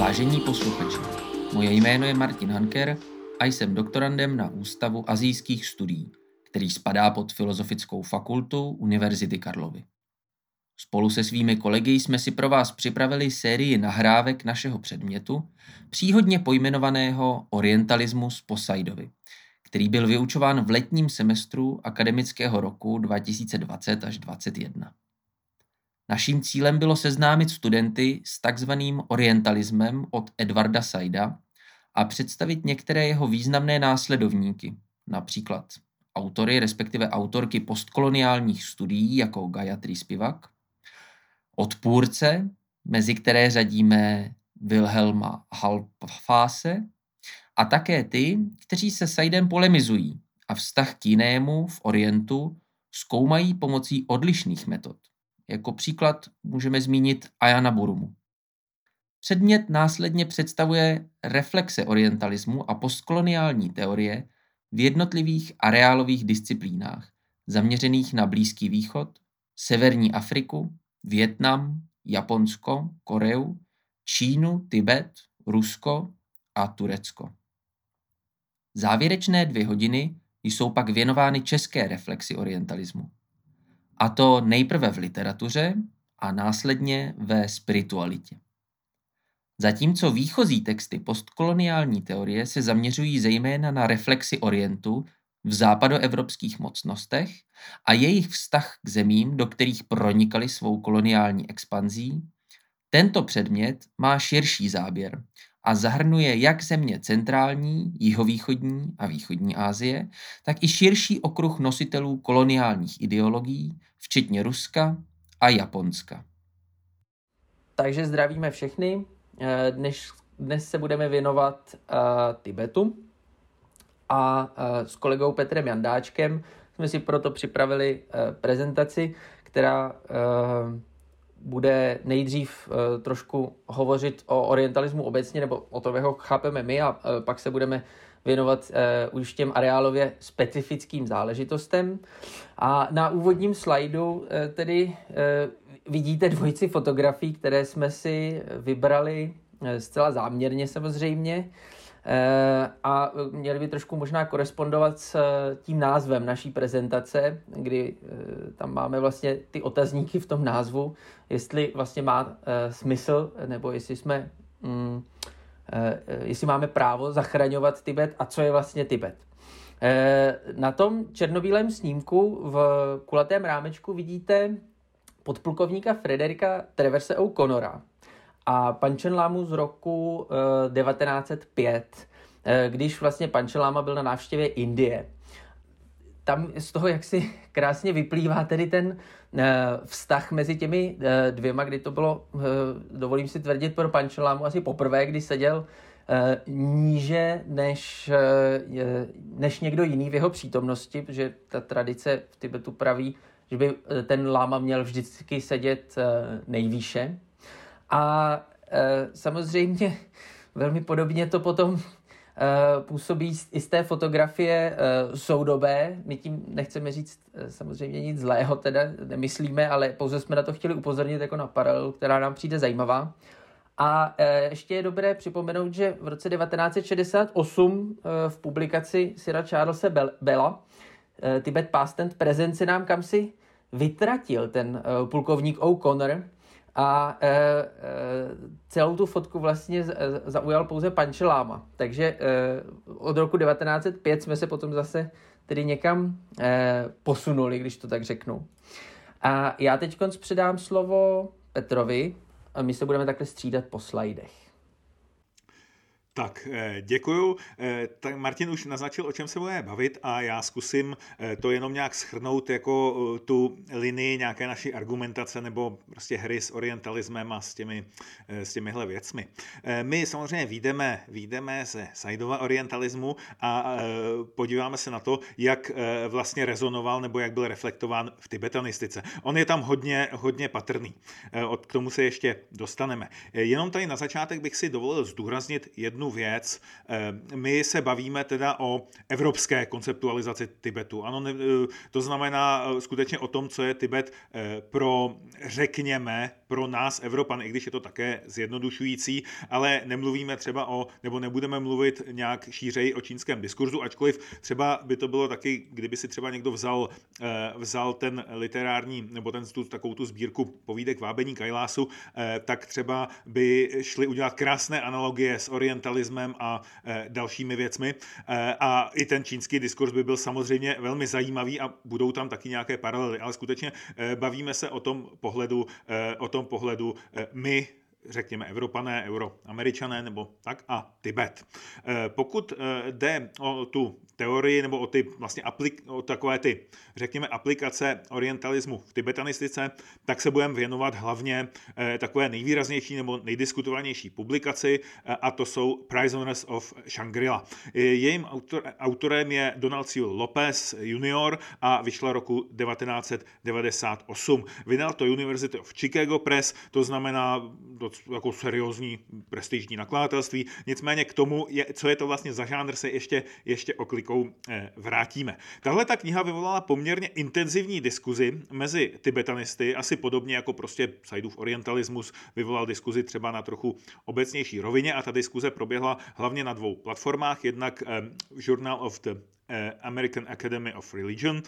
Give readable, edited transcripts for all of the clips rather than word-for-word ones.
Vážení posluchači, moje jméno je Martin Hanker a jsem doktorandem na Ústavu asijských studií, který spadá pod Filozofickou fakultu Univerzity Karlovy. Spolu se svými kolegy jsme si pro vás připravili sérii nahrávek našeho předmětu, příhodně pojmenovaného Orientalismus po Saidovi, který byl vyučován v letním semestru akademického roku 2020 až 2021. Naším cílem bylo seznámit studenty s takzvaným orientalismem od Edwarda Saida a představit některé jeho významné následovníky, například autory, respektive autorky postkoloniálních studií jako Gayatri Spivak, odpůrce, mezi které řadíme Wilhelma Halfase, a také ty, kteří se Saidem polemizují a vztah k jinému v Orientu zkoumají pomocí odlišných metod. Jako příklad můžeme zmínit Ayana Burumu. Předmět následně představuje reflexe orientalismu a postkoloniální teorie v jednotlivých areálových disciplínách, zaměřených na Blízký východ, Severní Afriku, Vietnam, Japonsko, Koreu, Čínu, Tibet, Rusko a Turecko. Závěrečné 2 hodiny jsou pak věnovány české reflexi orientalismu. A to nejprve v literatuře a následně ve spiritualitě. Zatímco výchozí texty postkoloniální teorie se zaměřují zejména na reflexi Orientu v západoevropských mocnostech a jejich vztah k zemím, do kterých pronikali svou koloniální expanzí, tento předmět má širší záběr a zahrnuje jak země centrální, jihovýchodní a východní Asie, tak i širší okruh nositelů koloniálních ideologií, včetně Ruska a Japonska. Takže zdravíme všechny. Dnes se budeme věnovat Tibetu a s kolegou Petrem Jandáčkem jsme si proto připravili prezentaci, která bude nejdřív trošku hovořit o orientalismu obecně, nebo o tom, jak ho chápeme my, a pak se budeme věnovat už těm areálově specifickým záležitostem. A na úvodním slajdu tedy vidíte dvojici fotografií, které jsme si vybrali zcela záměrně samozřejmě, a měli by trošku možná korespondovat s tím názvem naší prezentace, kdy tam máme vlastně ty otazníky v tom názvu, jestli vlastně má smysl, nebo jestli máme právo zachraňovat Tibet a co je vlastně Tibet. Na tom černobílém snímku v kulatém rámečku vidíte podplukovníka Fredericka Traverse O'Connora a Panchen Lamu z roku 1905, když vlastně Panchen Lama byl na návštěvě Indie. Tam z toho jaksi krásně vyplývá tedy ten vztah mezi těmi dvěma, kdy to bylo, dovolím si tvrdit, pro Panchen Lamu asi poprvé, kdy seděl níže než někdo jiný v jeho přítomnosti, protože ta tradice v Tibetu praví, že by ten láma měl vždycky sedět nejvýše. A samozřejmě velmi podobně to potom působí i z té fotografie soudobé. My tím nechceme říct samozřejmě nic zlého, teda nemyslíme, ale pouze jsme na to chtěli upozornit jako na paralelu, která nám přijde zajímavá. A ještě je dobré připomenout, že v roce 1968 v publikaci Sira Charlese Bella Tibet Past and Present se nám kamsi vytratil ten plukovník O'Connor a celou tu fotku vlastně zaujal pouze Panchen Lama. Takže od roku 1905 jsme se potom zase tedy někam posunuli, když to tak řeknu. A já teď předám slovo Petrovi a my se budeme takhle střídat po slajdech. Tak, děkuju. Tak Martin už naznačil, o čem se budeme bavit, a já zkusím to jenom nějak shrnout jako tu linii nějaké naší argumentace nebo prostě hry s orientalismem a s těmihle věcmi. My samozřejmě výjdeme ze Saidova orientalismu a podíváme se na to, jak vlastně rezonoval nebo jak byl reflektován v tibetanistice. On je tam hodně patrný. K tomu se ještě dostaneme. Jenom tady na začátek bych si dovolil zdůraznit jednu věc. My se bavíme teda o evropské konceptualizaci Tibetu. Ano, to znamená skutečně o tom, co je Tibet pro, řekněme, pro nás Evropany, i když je to také zjednodušující, ale nemluvíme třeba nebo nebudeme mluvit nějak šířeji o čínském diskurzu, ačkoliv třeba by to bylo taky, kdyby si třeba někdo vzal ten literární, nebo takovou tu sbírku povídek Vábení Kajlásu, tak třeba by šli udělat krásné analogie s orientalismem a dalšími věcmi. A i ten čínský diskurs by byl samozřejmě velmi zajímavý a budou tam taky nějaké paralely, ale skutečně bavíme se o tom pohledu my, řekněme Evropané, Euroameričané nebo tak a Tibet. Pokud jde o tu teorii nebo o ty vlastně takové ty, řekněme, aplikace orientalismu v tibetanistice, tak se budeme věnovat hlavně takové nejvýraznější nebo nejdiskutovanější publikaci a to jsou Prisoners of Shangri-La. Jejím autorem je Donald C. Lopez Jr. a vyšla roku 1998. Vydal to University of Chicago Press, to znamená jako seriózní prestižní nakladatelství. Nicméně k tomu, co je to vlastně za žánr, se ještě oklikou vrátíme. Tahle ta kniha vyvolala poměrně intenzivní diskuzi mezi tibetanisty, asi podobně jako prostě Saidův orientalismus vyvolal diskuzi třeba na trochu obecnější rovině a ta diskuze proběhla hlavně na 2 platformách. Jednak Journal of the American Academy of Religion,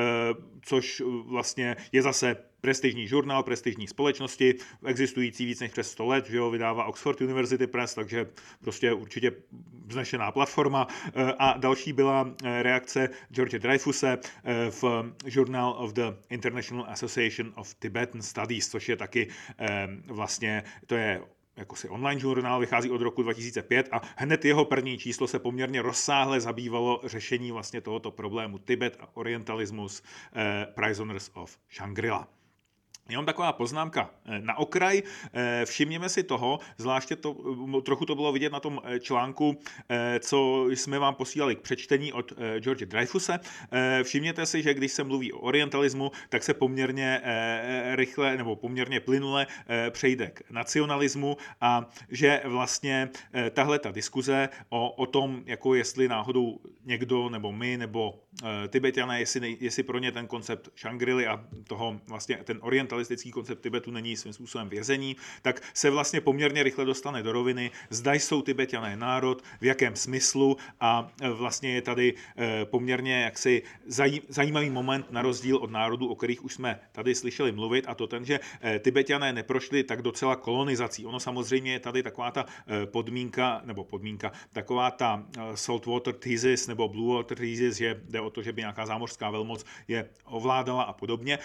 což vlastně je zase prestižní žurnál, prestižní společnosti, existující víc než přes 100 let, že ho vydává Oxford University Press, takže prostě určitě vznešená platforma. A další byla reakce George Dreyfuse v Journal of the International Association of Tibetan Studies, což je taky vlastně, to je jakosi online žurnál, vychází od roku 2005 a hned jeho první číslo se poměrně rozsáhle zabývalo řešení vlastně tohoto problému Tibet a orientalismus, Prisoners of Shangri-La. Jenom taková poznámka na okraj. Všimněme si toho, zvláště trochu to bylo vidět na tom článku, co jsme vám posílali k přečtení od George Dreyfuse. Všimněte si, že když se mluví o orientalismu, tak se poměrně rychle nebo poměrně plynule přejde k nacionalismu a že vlastně tahle ta diskuze o tom, jako jestli náhodou někdo nebo my nebo Tibetané, jestli pro ně ten koncept Shangri-Ly a toho vlastně ten orientalistický koncept Tibetu není svým způsobem vězení, tak se vlastně poměrně rychle dostane do roviny, zda jsou Tibetané národ, v jakém smyslu a vlastně je tady poměrně jaksi zajímavý moment na rozdíl od národů, o kterých už jsme tady slyšeli mluvit, a to ten, že Tibetané neprošli tak docela kolonizací. Ono samozřejmě je tady taková ta podmínka, taková ta saltwater thesis nebo blue water thesis, že jde o to, že by nějaká zámořská velmoc je ovládala a podobně.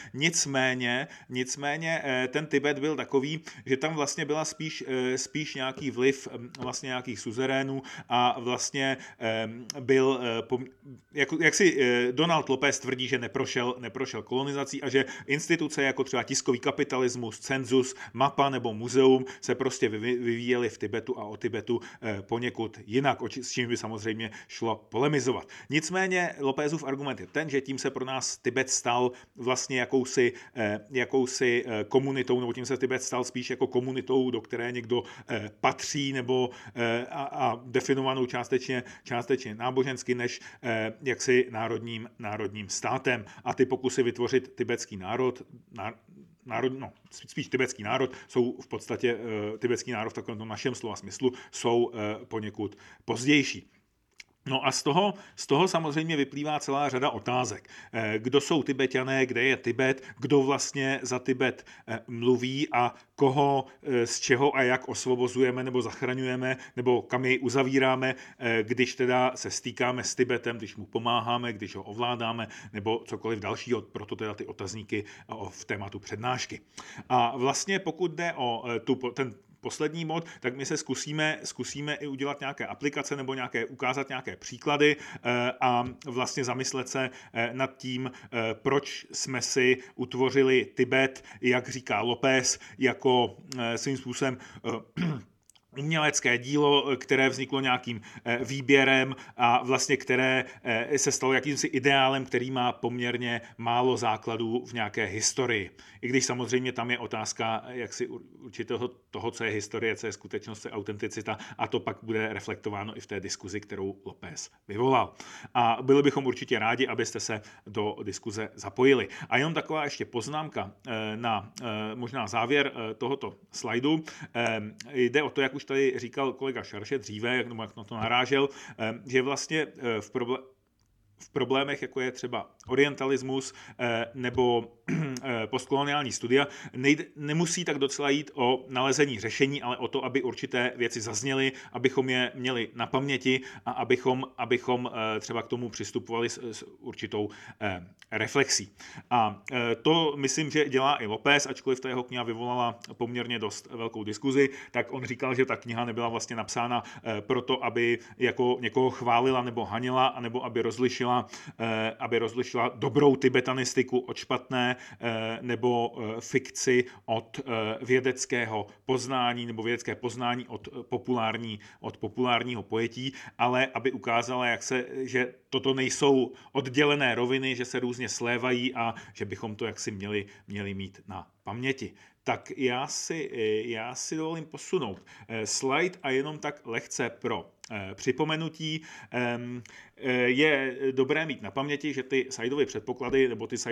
Nicméně ten Tibet byl takový, že tam vlastně byla spíš nějaký vliv vlastně nějakých suzerénů a vlastně byl, jak si Donald Lopez tvrdí, že neprošel kolonizací a že instituce jako třeba tiskový kapitalismus, cenzus, mapa nebo muzeum se prostě vyvíjely v Tibetu a o Tibetu poněkud jinak, s čím by samozřejmě šlo polemizovat. Nicméně Lopezův argument je ten, že tím se pro nás Tibet stal vlastně jakousi komunitou, nebo tím se Tibet stal spíš jako komunitou, do které někdo patří, nebo a definovanou částečně nábožensky, než jaksi národním státem. A ty pokusy vytvořit tibetský spíš tibetský národ, jsou v podstatě tibetský národ v takovém našem slova smyslu, jsou poněkud pozdější. No a z toho samozřejmě vyplývá celá řada otázek. Kdo jsou Tibetané, kde je Tibet, kdo vlastně za Tibet mluví a koho, z čeho a jak osvobozujeme nebo zachraňujeme, nebo kam jej uzavíráme, když teda se stýkáme s Tibetem, když mu pomáháme, když ho ovládáme, nebo cokoliv dalšího, proto teda ty otazníky v tématu přednášky. A vlastně pokud jde o ten poslední mod, tak my se zkusíme i udělat nějaké aplikace nebo ukázat nějaké příklady a vlastně zamyslet se nad tím, proč jsme si utvořili Tibet, jak říká Lopez, jako svým způsobem umělecké dílo, které vzniklo nějakým výběrem a vlastně které se stalo jakýmsi ideálem, který má poměrně málo základů v nějaké historii. I když samozřejmě tam je otázka jaksi určitého toho, co je historie, co je skutečnost, co je autenticita, a to pak bude reflektováno i v té diskuzi, kterou López vyvolal. A byli bychom určitě rádi, abyste se do diskuze zapojili. A jenom taková ještě poznámka na možná závěr tohoto slajdu. Jde o to, jak už tady říkal kolega Šarše dříve, jak na to narážel, že vlastně v problémech, jako je třeba orientalismus nebo postkoloniální studia, nemusí tak docela jít o nalezení řešení, ale o to, aby určité věci zazněly, abychom je měli na paměti a abychom třeba k tomu přistupovali s určitou reflexí. A to myslím, že dělá i López, ačkoliv ta jeho kniha vyvolala poměrně dost velkou diskuzi, tak on říkal, že ta kniha nebyla vlastně napsána proto, aby jako někoho chválila nebo hanila, anebo aby rozlišila dobrou tibetanistiku od špatné, nebo fikci od vědeckého poznání nebo vědecké poznání od populárního pojetí, ale aby ukázala, že toto nejsou oddělené roviny, že se různě slévají a že bychom to jaksi měli mít na paměti. Tak já si dovolím posunout slide a jenom tak lehce pro připomenutí. Je dobré mít na paměti, že ty Saidovy předpoklady nebo ty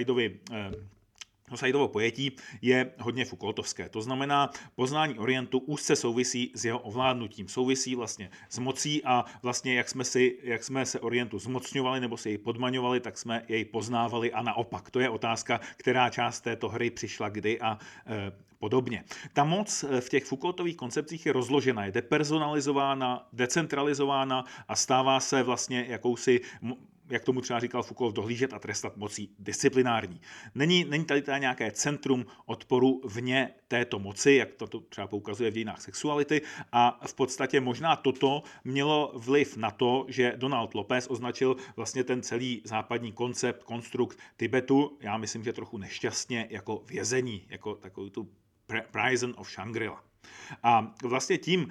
Saidovo pojetí je hodně Foucaultovské. To znamená, poznání Orientu úzce souvisí s jeho ovládnutím, souvisí vlastně s mocí a vlastně jak jsme se Orientu zmocňovali nebo se jej podmaňovali, tak jsme jej poznávali a naopak. To je otázka, která část této hry přišla kdy a podobně. Ta moc v těch Foucaultových koncepcích je rozložena, je depersonalizována, decentralizována a stává se vlastně jakousi, jak tomu třeba říkal Foucault, dohlížet a trestat mocí disciplinární. Není tady nějaké centrum odporu vně této moci, jak to třeba poukazuje v dějinách sexuality, a v podstatě možná toto mělo vliv na to, že Donald López označil vlastně ten celý západní konstrukt Tibetu, já myslím, že trochu nešťastně, jako vězení, jako takovou tu prison of Shangri-La. A vlastně tím,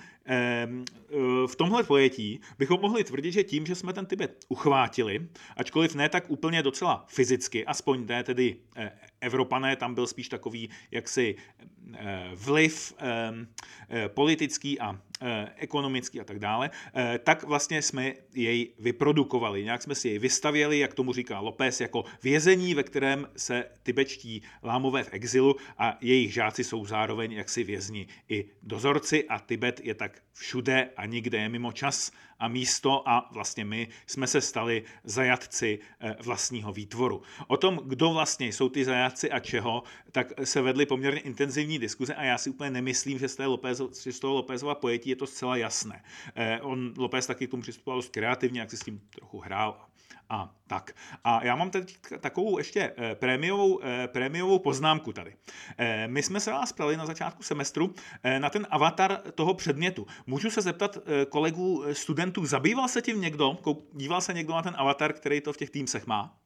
v tomhle pojetí bychom mohli tvrdit, že tím, že jsme ten Tibet uchvátili, ačkoliv ne tak úplně docela fyzicky, aspoň ne tedy Evropané, tam byl spíš takový jaksi vliv politický a ekonomický a tak dále, tak vlastně jsme jej vyprodukovali. Nějak jsme si jej vystavěli, jak tomu říká López, jako vězení, ve kterém se tibetští lámové v exilu a jejich žáci jsou zároveň jaksi vězni i dozorci a Tibet je tak všude a nikde je mimo čas a místo a vlastně my jsme se stali zajatci vlastního výtvoru. O tom, kdo vlastně jsou ty zajatci a čeho, tak se vedly poměrně intenzivní diskuze a já si úplně nemyslím, že z toho Lópezova pojetí je to zcela jasné. López taky k tomu přistupoval dost kreativně, jak si s tím trochu hrál a tak. A já mám teď takovou ještě prémiovou poznámku tady. My jsme se vás ptali na začátku semestru na ten avatar toho předmětu. Můžu se zeptat kolegů studentů, zabýval se tím někdo? Díval se někdo na ten avatar, který to v těch Teamsech má?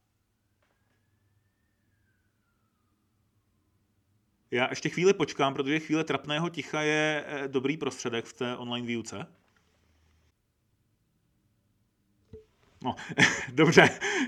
Já ještě chvíli počkám, protože chvíle trapného ticha je dobrý prostředek v té online výuce. No, dobře.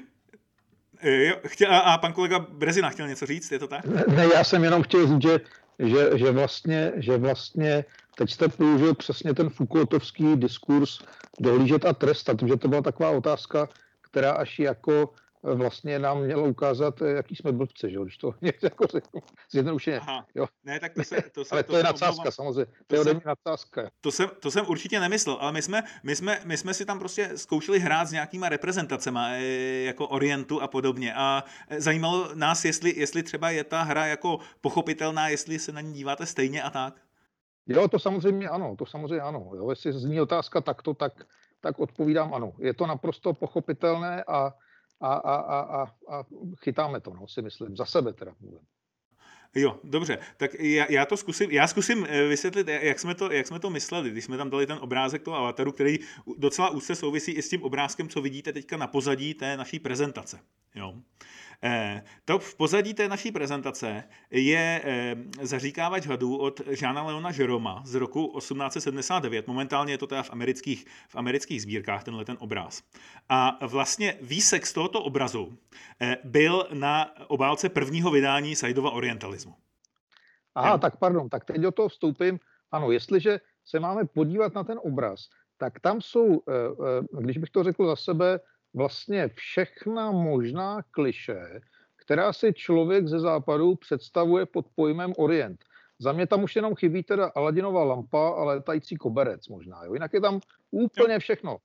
A pan kolega Brezina chtěl něco říct, je to tak? Ne, já jsem jenom chtěl říct, že vlastně teď jste použil přesně ten Foucaultovský diskurs dohlížet a trestat, protože to byla taková otázka, která až jako vlastně nám měla ukázat, jaký jsme blbci, že? Když to jako řeknu zjednodušeně. Jo. Ne, tak ale to je nadsázka, samozřejmě. To je ode mě nadsázka. To jsem určitě nemyslel, ale my jsme si tam prostě zkoušeli hrát s nějakýma reprezentacema jako Orientu a podobně a zajímalo nás, jestli třeba je ta hra jako pochopitelná, jestli se na ní díváte stejně a tak. Jo, to samozřejmě ano. Jo, jestli zní otázka takto, tak odpovídám ano. Je to naprosto pochopitelné a chytáme to, no, si myslím, za sebe teda mluvím. Jo, dobře, tak já zkusím vysvětlit, jak jsme to mysleli, když jsme tam dali ten obrázek toho avataru, který docela úzce souvisí i s tím obrázkem, co vidíte teďka na pozadí té naší prezentace. Jo. To v pozadí té naší prezentace je Zaříkávač hadů od Jeana Leona Jeroma z roku 1879. Momentálně je to teda v amerických sbírkách, tenhle ten obraz. A vlastně výsek z tohoto obrazu byl na obálce prvního vydání Saidova orientalismu. Aha, tak pardon, tak teď do toho vstoupím. Ano, jestliže se máme podívat na ten obraz, tak tam jsou, když bych to řekl za sebe, vlastně všechna možná klišé, která si člověk ze západu představuje pod pojmem Orient. Za mě tam už jenom chybí teda Aladinová lampa a létající koberec možná. Jo? Jinak je tam úplně všechno.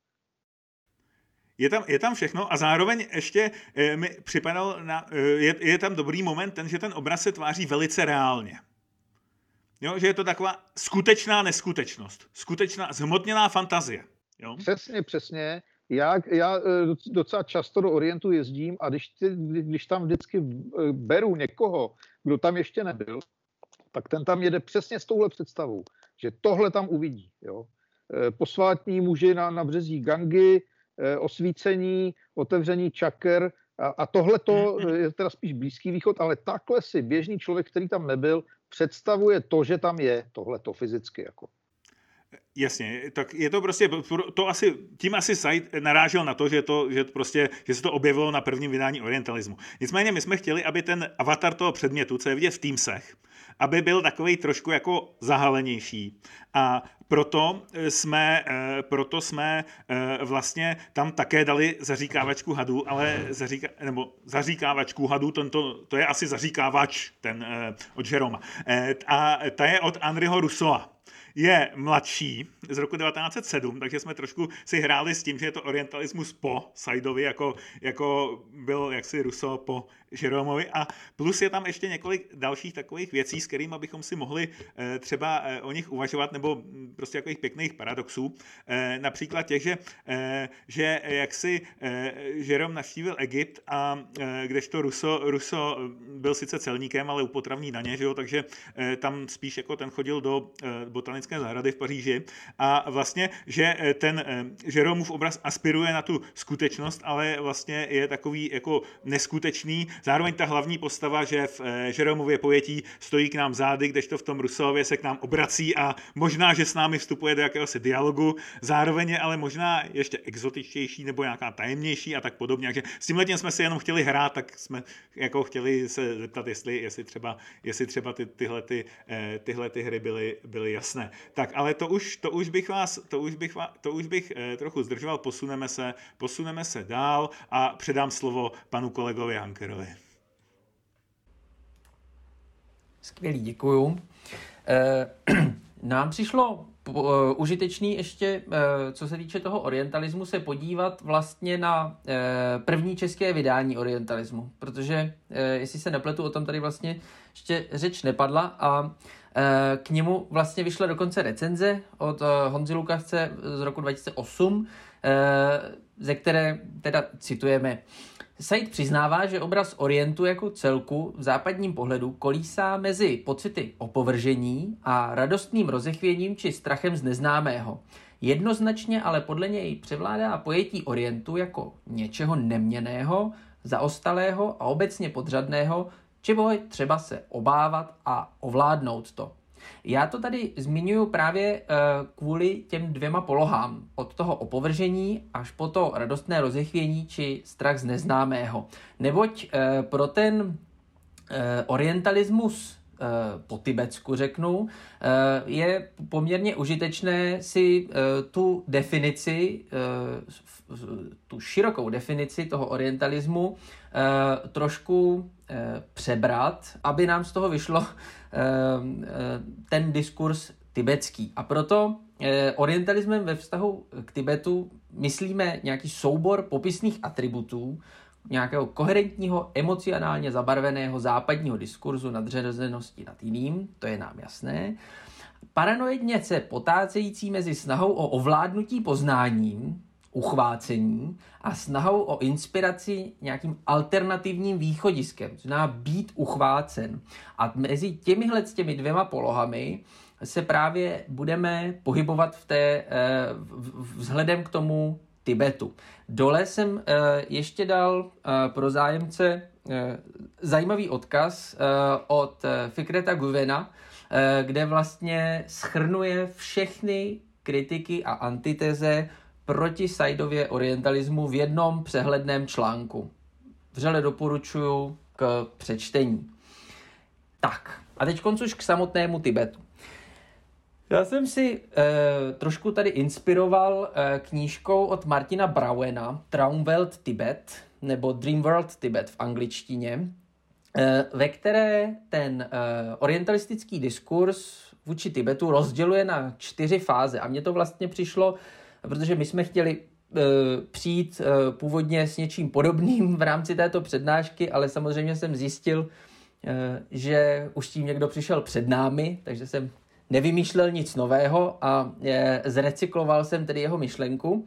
Je tam všechno a zároveň ještě mi připadal, je tam dobrý moment, že ten obraz se tváří velice reálně. Jo, že je to taková skutečná neskutečnost, skutečná zhmotněná fantazie. Jo? Přesně. Já docela často do Orientu jezdím a když tam vždycky beru někoho, kdo tam ještě nebyl, tak ten tam jede přesně s touhle představou, že tohle tam uvidí. Jo? Posvátní muži na březí Gangy, osvícení, otevření čaker a tohleto je teda spíš Blízký východ, ale takhle si běžný člověk, který tam nebyl, představuje to, že tam je tohleto fyzicky. Jako. Jasně, tak je to prostě, tím asi Said narážel na to, že se to objevilo na prvním vydání orientalismu. Nicméně my jsme chtěli, aby ten avatar toho předmětu, co je vidět v Teamsech, aby byl takovej trošku jako zahalenější. A proto jsme vlastně tam také dali zaříkávačku hadů, ale zaříkávačku hadů, to je asi zaříkávač, ten od Jeroma. A ta je od Henryho Rousseaua. Je mladší, z roku 1907, takže jsme trošku si hráli s tím, že je to orientalismus po Saidovi, jako byl jaksi Rousseau po Jeromovi, a plus je tam ještě několik dalších takových věcí, s kterými bychom si mohli třeba o nich uvažovat, nebo prostě takových pěkných paradoxů. Například těch, že jaksi Jerome navštívil Egypt, a kdežto Rousseau byl sice celníkem, ale u potravní daně, že jo, takže tam spíš jako ten chodil do botanické zahrady v Paříži, a vlastně, že ten Jeromův obraz aspiruje na tu skutečnost, ale vlastně je takový jako neskutečný. Zároveň ta hlavní postava, že v Jeromově pojetí stojí k nám zády, kdežto v tom Rousseauově se k nám obrací a možná, že s námi vstupuje do jakéhosi dialogu. Zároveň je ale možná ještě exotičtější nebo nějaká tajemnější a tak podobně. Takže s tímhletím jsme si jenom chtěli hrát, tak jsme jako chtěli se zeptat, jestli třeba tyhle hry byly jasné. Tak, ale to už bych trochu zdržoval, posuneme se dál a předám slovo panu kolegovi Hankerovi. Skvělý, děkuju. Nám přišlo užitečný ještě, co se týče toho orientalismu, se podívat vlastně na první české vydání orientalismu, protože, jestli se nepletu, o tom tady vlastně ještě řeč nepadla, a k němu vlastně vyšla dokonce recenze od Honzy Lukavce z roku 2008, ze které teda citujeme: Said přiznává, že obraz Orientu jako celku v západním pohledu kolísá mezi pocity opovržení a radostným rozechvěním či strachem z neznámého. Jednoznačně ale podle něj převládá pojetí Orientu jako něčeho neměnného, zaostalého a obecně podřadného, čeho je třeba se obávat a ovládnout to. Já to tady zmiňuji právě kvůli těm dvěma polohám. Od toho opovržení až po to radostné rozechvění či strach z neznámého. Neboť pro ten orientalismus po tibetsku řeknu, je poměrně užitečné si tu definici, tu širokou definici toho orientalismu trošku přebrat, aby nám z toho vyšlo ten diskurs tibetský. A proto orientalismem ve vztahu k Tibetu myslíme nějaký soubor popisných atributů nějakého koherentního, emocionálně zabarveného západního diskurzu nadřazenosti nad jiným, to je nám jasné, paranoidně se potácející mezi snahou o ovládnutí poznáním, uchvácení, a snahou o inspiraci nějakým alternativním východiskem, to znamená být uchvácen. A mezi těmi dvěma polohami se právě budeme pohybovat vzhledem k tomu Tibetu. Dole jsem ještě dal pro zájemce zajímavý odkaz od Fikreta Guvena, kde vlastně shrnuje všechny kritiky a antiteze proti Saidově orientalismu v jednom přehledném článku. Vřele doporučuji k přečtení. Tak, a teď už k samotnému Tibetu. Já jsem si trošku tady inspiroval knížkou od Martina Browena Traumwelt Tibet, nebo Dreamworld Tibet v angličtině, ve které ten orientalistický diskurs vůči Tibetu rozděluje na 4 fáze. A mně to vlastně přišlo, protože my jsme chtěli přijít původně s něčím podobným v rámci této přednášky, ale samozřejmě jsem zjistil, že už tím někdo přišel před námi, takže jsem nevymýšlel nic nového a zrecykloval jsem tedy jeho myšlenku.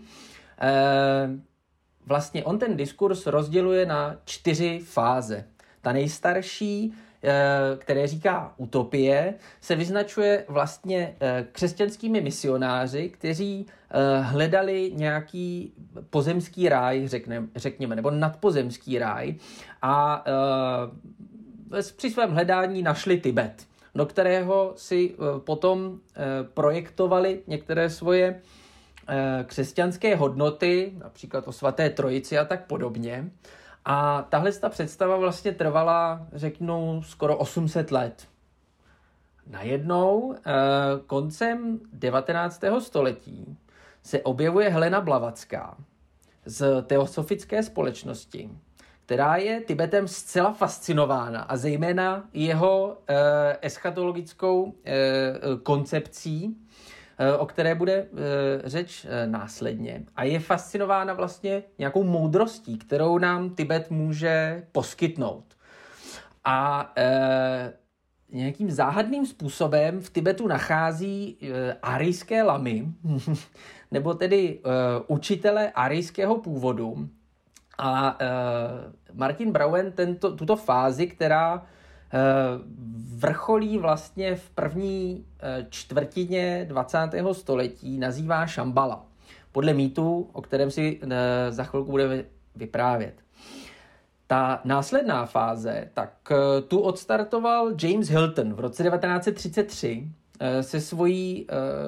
Vlastně on ten diskurs rozděluje na 4 fáze. Ta nejstarší, které říká utopie, se vyznačuje vlastně křesťanskými misionáři, kteří hledali nějaký pozemský ráj, řekněme, nebo nadpozemský ráj a při svém hledání našli Tibet, do kterého si potom projektovali některé svoje křesťanské hodnoty, například o svaté trojici a tak podobně. A tahle ta představa vlastně trvala, řeknu, skoro 800 let. Najednou koncem 19. století se objevuje Helena Blavacká z Teosofické společnosti, která je Tibetem zcela fascinována a zejména jeho eschatologickou koncepcí, o které bude řeč následně. A je fascinována vlastně nějakou moudrostí, kterou nám Tibet může poskytnout. A nějakým záhadným způsobem v Tibetu nachází arijské lamy, nebo tedy učitele arijského původu. A Martin Browen tuto fázi, která vrcholí vlastně v první čtvrtině 20. století, nazývá Shambhala. Podle mýtu, o kterém si za chvilku budeme vyprávět. Ta následná fáze, tak tu odstartoval James Hilton v roce 1933 se svojí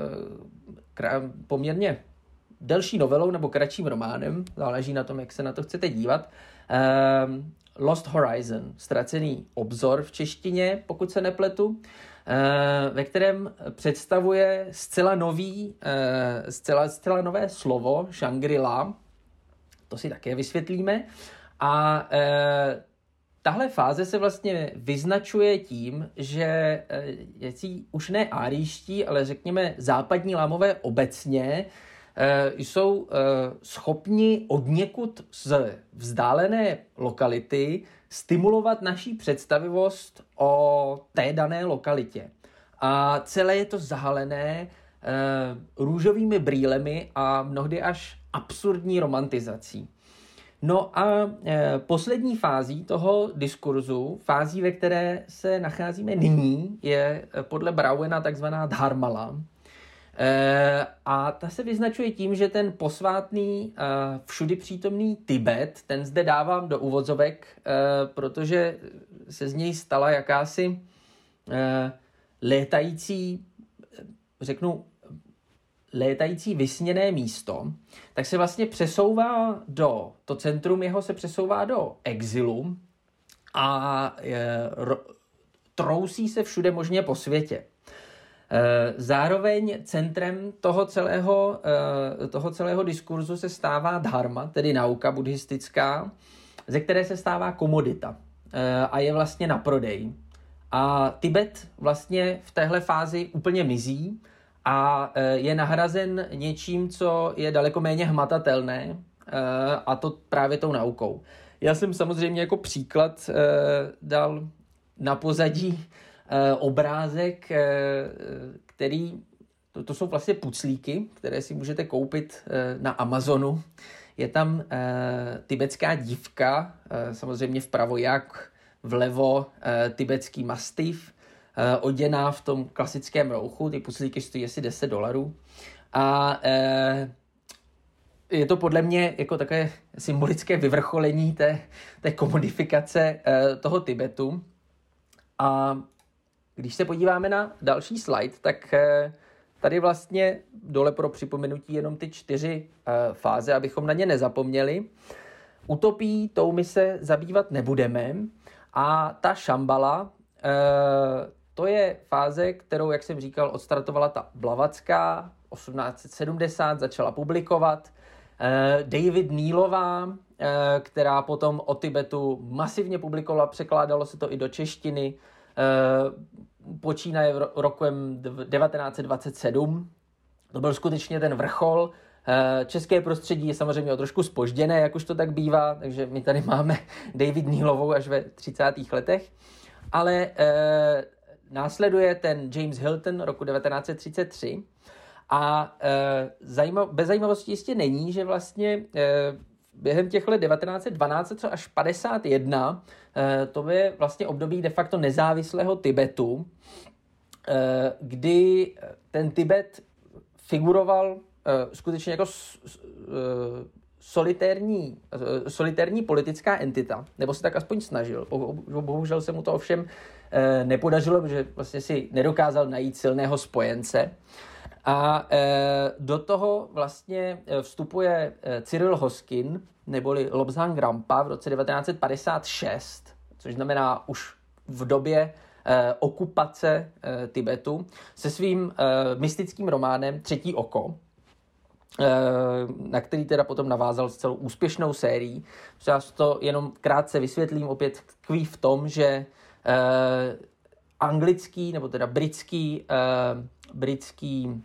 poměrně delší novelou nebo kratším románem, záleží na tom, jak se na to chcete dívat, Lost Horizon, ztracený obzor v češtině, pokud se nepletu, ve kterém představuje zcela nové slovo Shangri-La, to si také vysvětlíme, a tahle fáze se vlastně vyznačuje tím, že už ne árijští, ale řekněme západní lámové obecně jsou schopni odněkud z vzdálené lokality stimulovat naší představivost o té dané lokalitě. A celé je to zahalené růžovými brýlemi a mnohdy až absurdní romantizací. No a poslední fází toho diskurzu, fází, ve které se nacházíme nyní, je podle Browena takzvaná dharmala. A ta se vyznačuje tím, že ten posvátný, všudy přítomný Tibet, ten zde dávám do uvozovek, protože se z něj stala jakási létající vysněné místo, tak se vlastně přesouvá to centrum jeho se přesouvá do exilu a trousí se všude možně po světě. Zároveň centrem toho celého diskurzu se stává dharma, tedy nauka buddhistická, ze které se stává komodita a je vlastně na prodej. A Tibet vlastně v téhle fázi úplně mizí a je nahrazen něčím, co je daleko méně hmatatelné, a to právě tou naukou. Já jsem samozřejmě jako příklad dal na pozadí obrázek, který, to jsou vlastně puclíky, které si můžete koupit na Amazonu. Je tam tibetská dívka, samozřejmě vpravo jak, vlevo tibetský mastiff, oděná v tom klasickém rouchu, ty puclíky stojí asi $10. A je to podle mě jako takové symbolické vyvrcholení té komodifikace toho Tibetu. A když se podíváme na další slide, tak tady vlastně dole pro připomenutí jenom ty 4 fáze, abychom na ně nezapomněli. Utopií tou my se zabývat nebudeme a ta Šambala, to je fáze, kterou, jak jsem říkal, odstartovala ta Blavatská, 1870 začala publikovat. David Nealová, která potom o Tibetu masivně publikovala, překládalo se to i do češtiny, počínaje rokem 1927. To byl skutečně ten vrchol. České prostředí je samozřejmě o trošku zpožděné, jak už to tak bývá, takže my tady máme David Nealovou až ve 30. letech. Ale následuje ten James Hilton roku 1933 a bez zajímavosti jistě není, že vlastně během těch let 1912 až 51 to je vlastně období de facto nezávislého Tibetu, kdy ten Tibet figuroval skutečně jako solitérní politická entita, nebo se tak aspoň snažil. Bohužel se mu to ovšem nepodařilo, protože vlastně si nedokázal najít silného spojence. A do toho vlastně vstupuje Cyril Hoskin, neboli Lobsang Rampa v roce 1956, což znamená už v době okupace Tibetu, se svým mystickým románem Třetí oko, na který teda potom navázal s celou úspěšnou sérií. Já to jenom krátce vysvětlím, opět tkví v tom, že anglický, nebo teda britský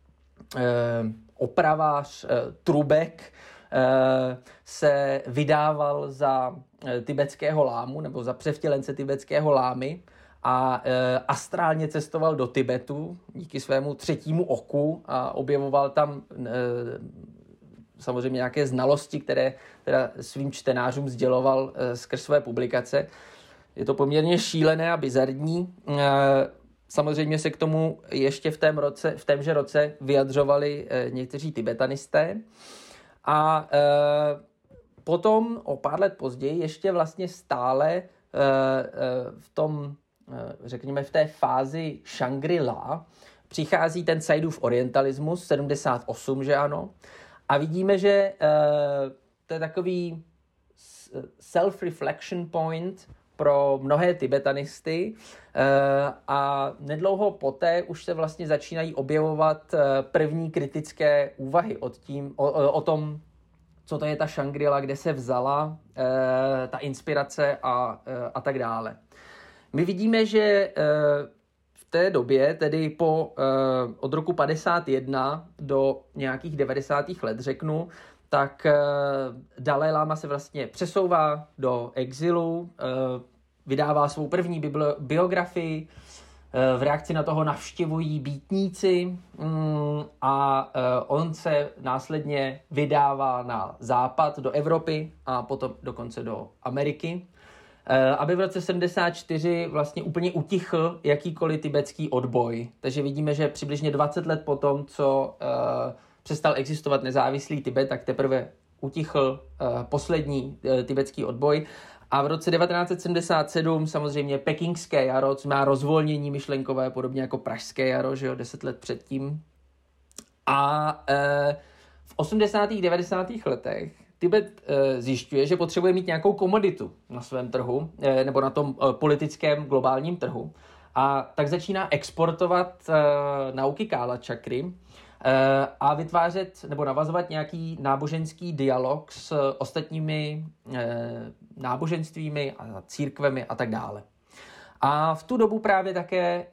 opravář Trubek se vydával za tibetského lámu, nebo za převtělence tibetského lámy a astrálně cestoval do Tibetu díky svému třetímu oku a objevoval tam samozřejmě nějaké znalosti, které teda svým čtenářům sděloval skrz své publikace. Je to poměrně šílené a bizarní. Samozřejmě se k tomu ještě v témže roce vyjadřovali někteří tibetanisté. A potom o pár let později ještě vlastně stále řekněme v té fázi Shangri-La přichází ten Saidův orientalismus 78, že ano. A vidíme, že to je takový self-reflection point pro mnohé tibetanisty a nedlouho poté už se vlastně začínají objevovat první kritické úvahy o tom, co to je ta Shangri-La, kde se vzala ta inspirace a tak dále. My vidíme, že v té době, tedy od roku 51 do nějakých 90. let, řeknu, tak Dalaj Lama se vlastně přesouvá do exilu, vydává svou první biografii, v reakci na toho navštěvují býtníci a on se následně vydává na západ, do Evropy a potom dokonce do Ameriky, aby v roce 74 vlastně úplně utichl jakýkoliv tibetský odboj. Takže vidíme, že přibližně 20 let potom, co přestal existovat nezávislý Tibet, tak teprve utichl poslední tibetský odboj. A v roce 1977 samozřejmě pekingské jaro, co má rozvolnění myšlenkové, podobně jako pražské jaro, že jo, 10 let předtím. A v 80. 90. letech Tibet zjišťuje, že potřebuje mít nějakou komoditu na svém trhu, nebo na tom politickém globálním trhu. A tak začíná exportovat nauky Kála čakry a vytvářet nebo navazovat nějaký náboženský dialog s ostatními náboženstvími a církvemi a tak dále. A v tu dobu právě také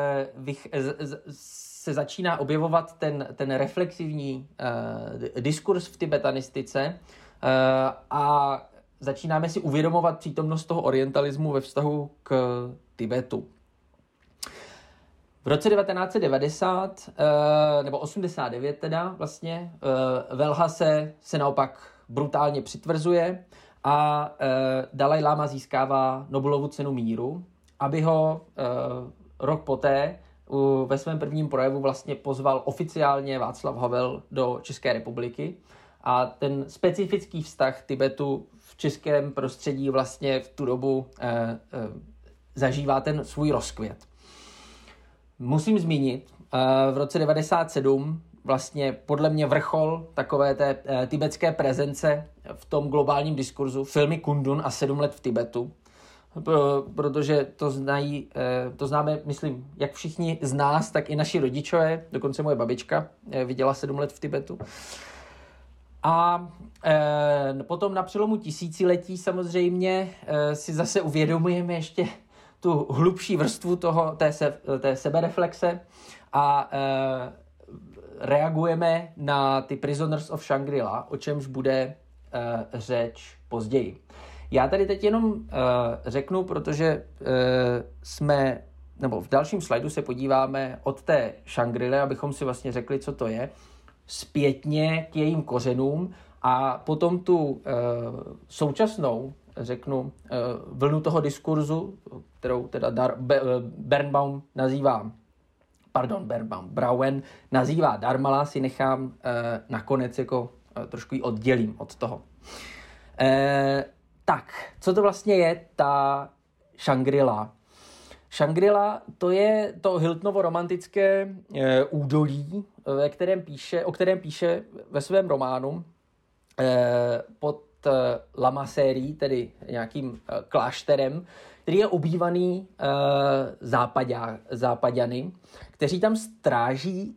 se začíná objevovat ten reflexivní diskurs v tibetanistice a začínáme si uvědomovat přítomnost toho orientalismu ve vztahu k Tibetu. V roce 1990, nebo 89 teda vlastně, Velhase se naopak brutálně přitvrzuje a Dalaj Lama získává Nobelovu cenu míru, aby ho rok poté ve svém prvním projevu vlastně pozval oficiálně Václav Havel do České republiky. a ten specifický vztah Tibetu v českém prostředí vlastně v tu dobu zažívá ten svůj rozkvět. Musím zmínit, v roce 1997 vlastně podle mě vrchol takové té tibetské prezence v tom globálním diskurzu, filmy Kundun a 7 let v Tibetu, protože to známe, myslím, jak všichni z nás, tak i naši rodičové, dokonce moje babička viděla 7 let v Tibetu. A potom na přelomu tisíciletí samozřejmě si zase uvědomujeme ještě tu hlubší vrstvu té sebereflexe a reagujeme na ty Prisoners of Shangri-La, o čemž bude řeč později. Já tady teď jenom řeknu, protože v dalším slajdu se podíváme od té Shangri-La, abychom si vlastně řekli, co to je, zpětně k jejím kořenům a potom tu současnou, řeknu, vlnu toho diskurzu, kterou teda Brouwen nazývá Dharmala, si nechám nakonec jako trošku ji oddělím od toho. Tak, co to vlastně je ta Shangri-La? Shangri-La to je to Hiltonovo romantické údolí, o kterém píše ve svém románu pod Lamasérií, tedy nějakým klášterem, který je obývaný zápaďany, kteří tam stráží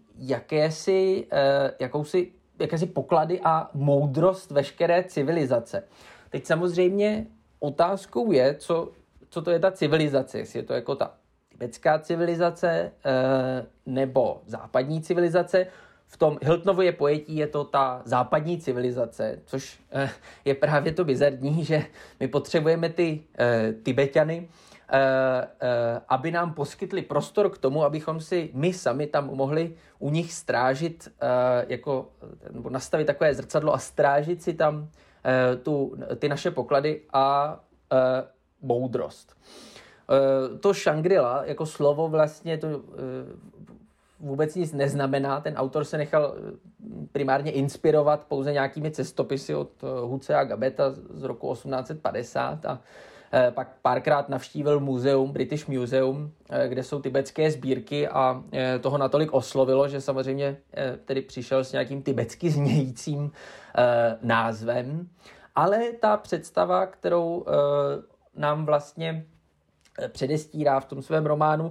jakési poklady a moudrost veškeré civilizace. Teď samozřejmě otázkou je, co to je ta civilizace, jestli je to jako ta tibetská civilizace nebo západní civilizace. V tom Hiltonově pojetí je to ta západní civilizace, což je právě to bizarní, že my potřebujeme ty Tibeťany, aby nám poskytli prostor k tomu, abychom si my sami tam mohli u nich strážit, nebo nastavit takové zrcadlo a strážit si tam ty naše poklady a moudrost. To Shangri-La jako slovo vlastně to vůbec nic neznamená. Ten autor se nechal primárně inspirovat pouze nějakými cestopisy od Huce a Gabeta z roku 1850 a pak párkrát navštívil muzeum, British Museum, kde jsou tibetské sbírky a toho natolik oslovilo, že samozřejmě tedy přišel s nějakým tibetsky znějícím názvem. Ale ta představa, kterou nám vlastně předestírá v tom svém románu,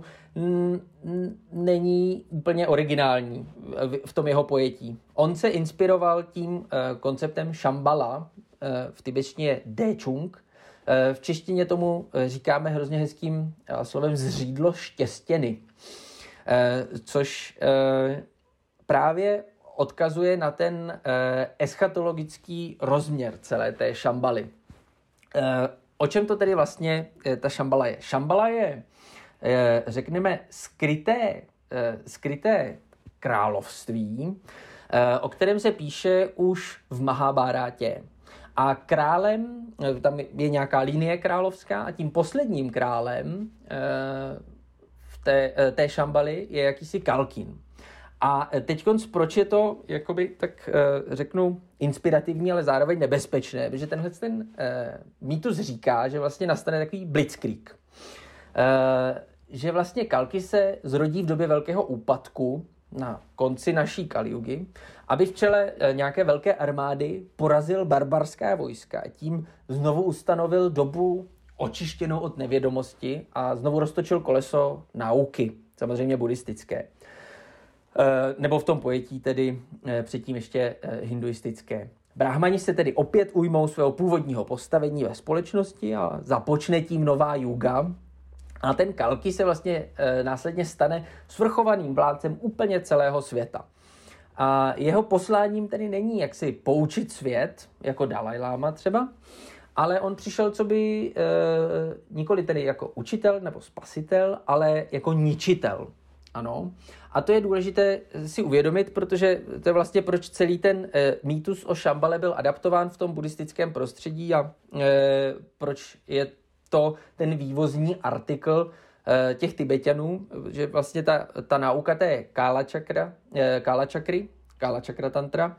není úplně originální v tom jeho pojetí. On se inspiroval tím konceptem Shambhala, v tibetštině Dechung. V češtině tomu říkáme hrozně hezkým slovem zřídlo štěstěny, což právě odkazuje na ten eschatologický rozměr celé té Shambhaly. O čem to tedy vlastně ta Shambhala je? Shambhala je, řekněme, skryté království, o kterém se píše už v Mahabharátě. A králem, tam je nějaká linie královská a tím posledním králem v té Shambhaly je jakýsi Kalkin. A teďkonc, proč je to, jakoby, tak řeknu, inspirativní, ale zároveň nebezpečné, protože tenhle mýtus říká, že vlastně nastane takový blitzkrieg. Že vlastně Kalki se zrodí v době velkého úpadku na konci naší Kalijugy, aby v čele nějaké velké armády porazil barbarská vojska a tím znovu ustanovil dobu očištěnou od nevědomosti a znovu roztočil koleso nauky, samozřejmě buddhistické. Nebo v tom pojetí tedy předtím ještě hinduistické. Brahmani se tedy opět ujmou svého původního postavení ve společnosti a započne tím nová juga. A ten Kalki se vlastně následně stane svrchovaným vládcem úplně celého světa. A jeho posláním tedy není jaksi poučit svět, jako Dalaj Lama třeba, ale on přišel coby nikoli tedy jako učitel nebo spasitel, ale jako ničitel. Ano. A to je důležité si uvědomit, protože to je vlastně proč celý ten mýtus o Shambhale byl adaptován v tom buddhistickém prostředí a proč je to ten vývozní artikl těch Tibeťanů, že vlastně ta nauka té Kala Chakra tantra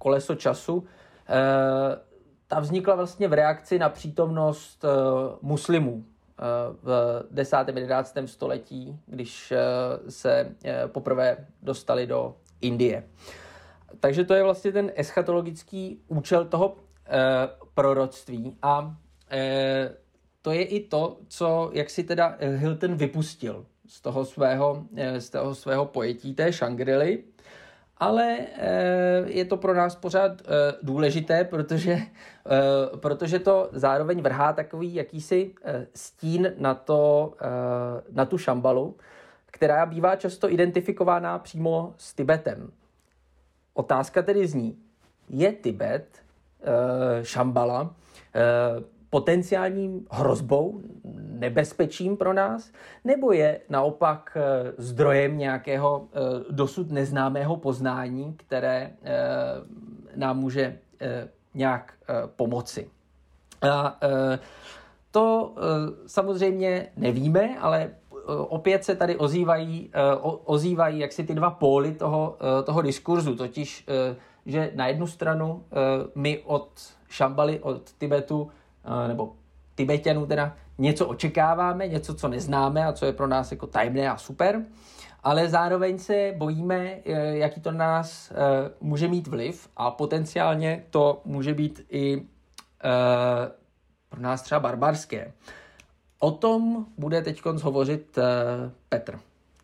Koleso času, ta vznikla vlastně v reakci na přítomnost muslimů v 10. a 11. století, když se poprvé dostali do Indie. Takže to je vlastně ten eschatologický účel toho proroctví a to je i to, co jak si teda Hilton vypustil z toho svého pojetí té Šangri-Ly, ale je to pro nás pořád důležité, protože to zároveň vrhá takový jakýsi stín na tu Šambalu, která bývá často identifikována přímo s Tibetem. Otázka tedy zní, je Tibet, Šambala, potenciálním hrozbou, nebezpečím pro nás, nebo je naopak zdrojem nějakého dosud neznámého poznání, které nám může nějak pomoci. A to samozřejmě nevíme, ale opět se tady ozývají jaksi ty dva póly toho diskurzu, totiž, že na jednu stranu my od Šambaly, od Tibetu, nebo Tibeťanů teda něco očekáváme, něco, co neznáme a co je pro nás jako tajemné a super, ale zároveň se bojíme, jaký to na nás může mít vliv a potenciálně to může být i pro nás třeba barbarské. O tom bude teď hovořit Petr.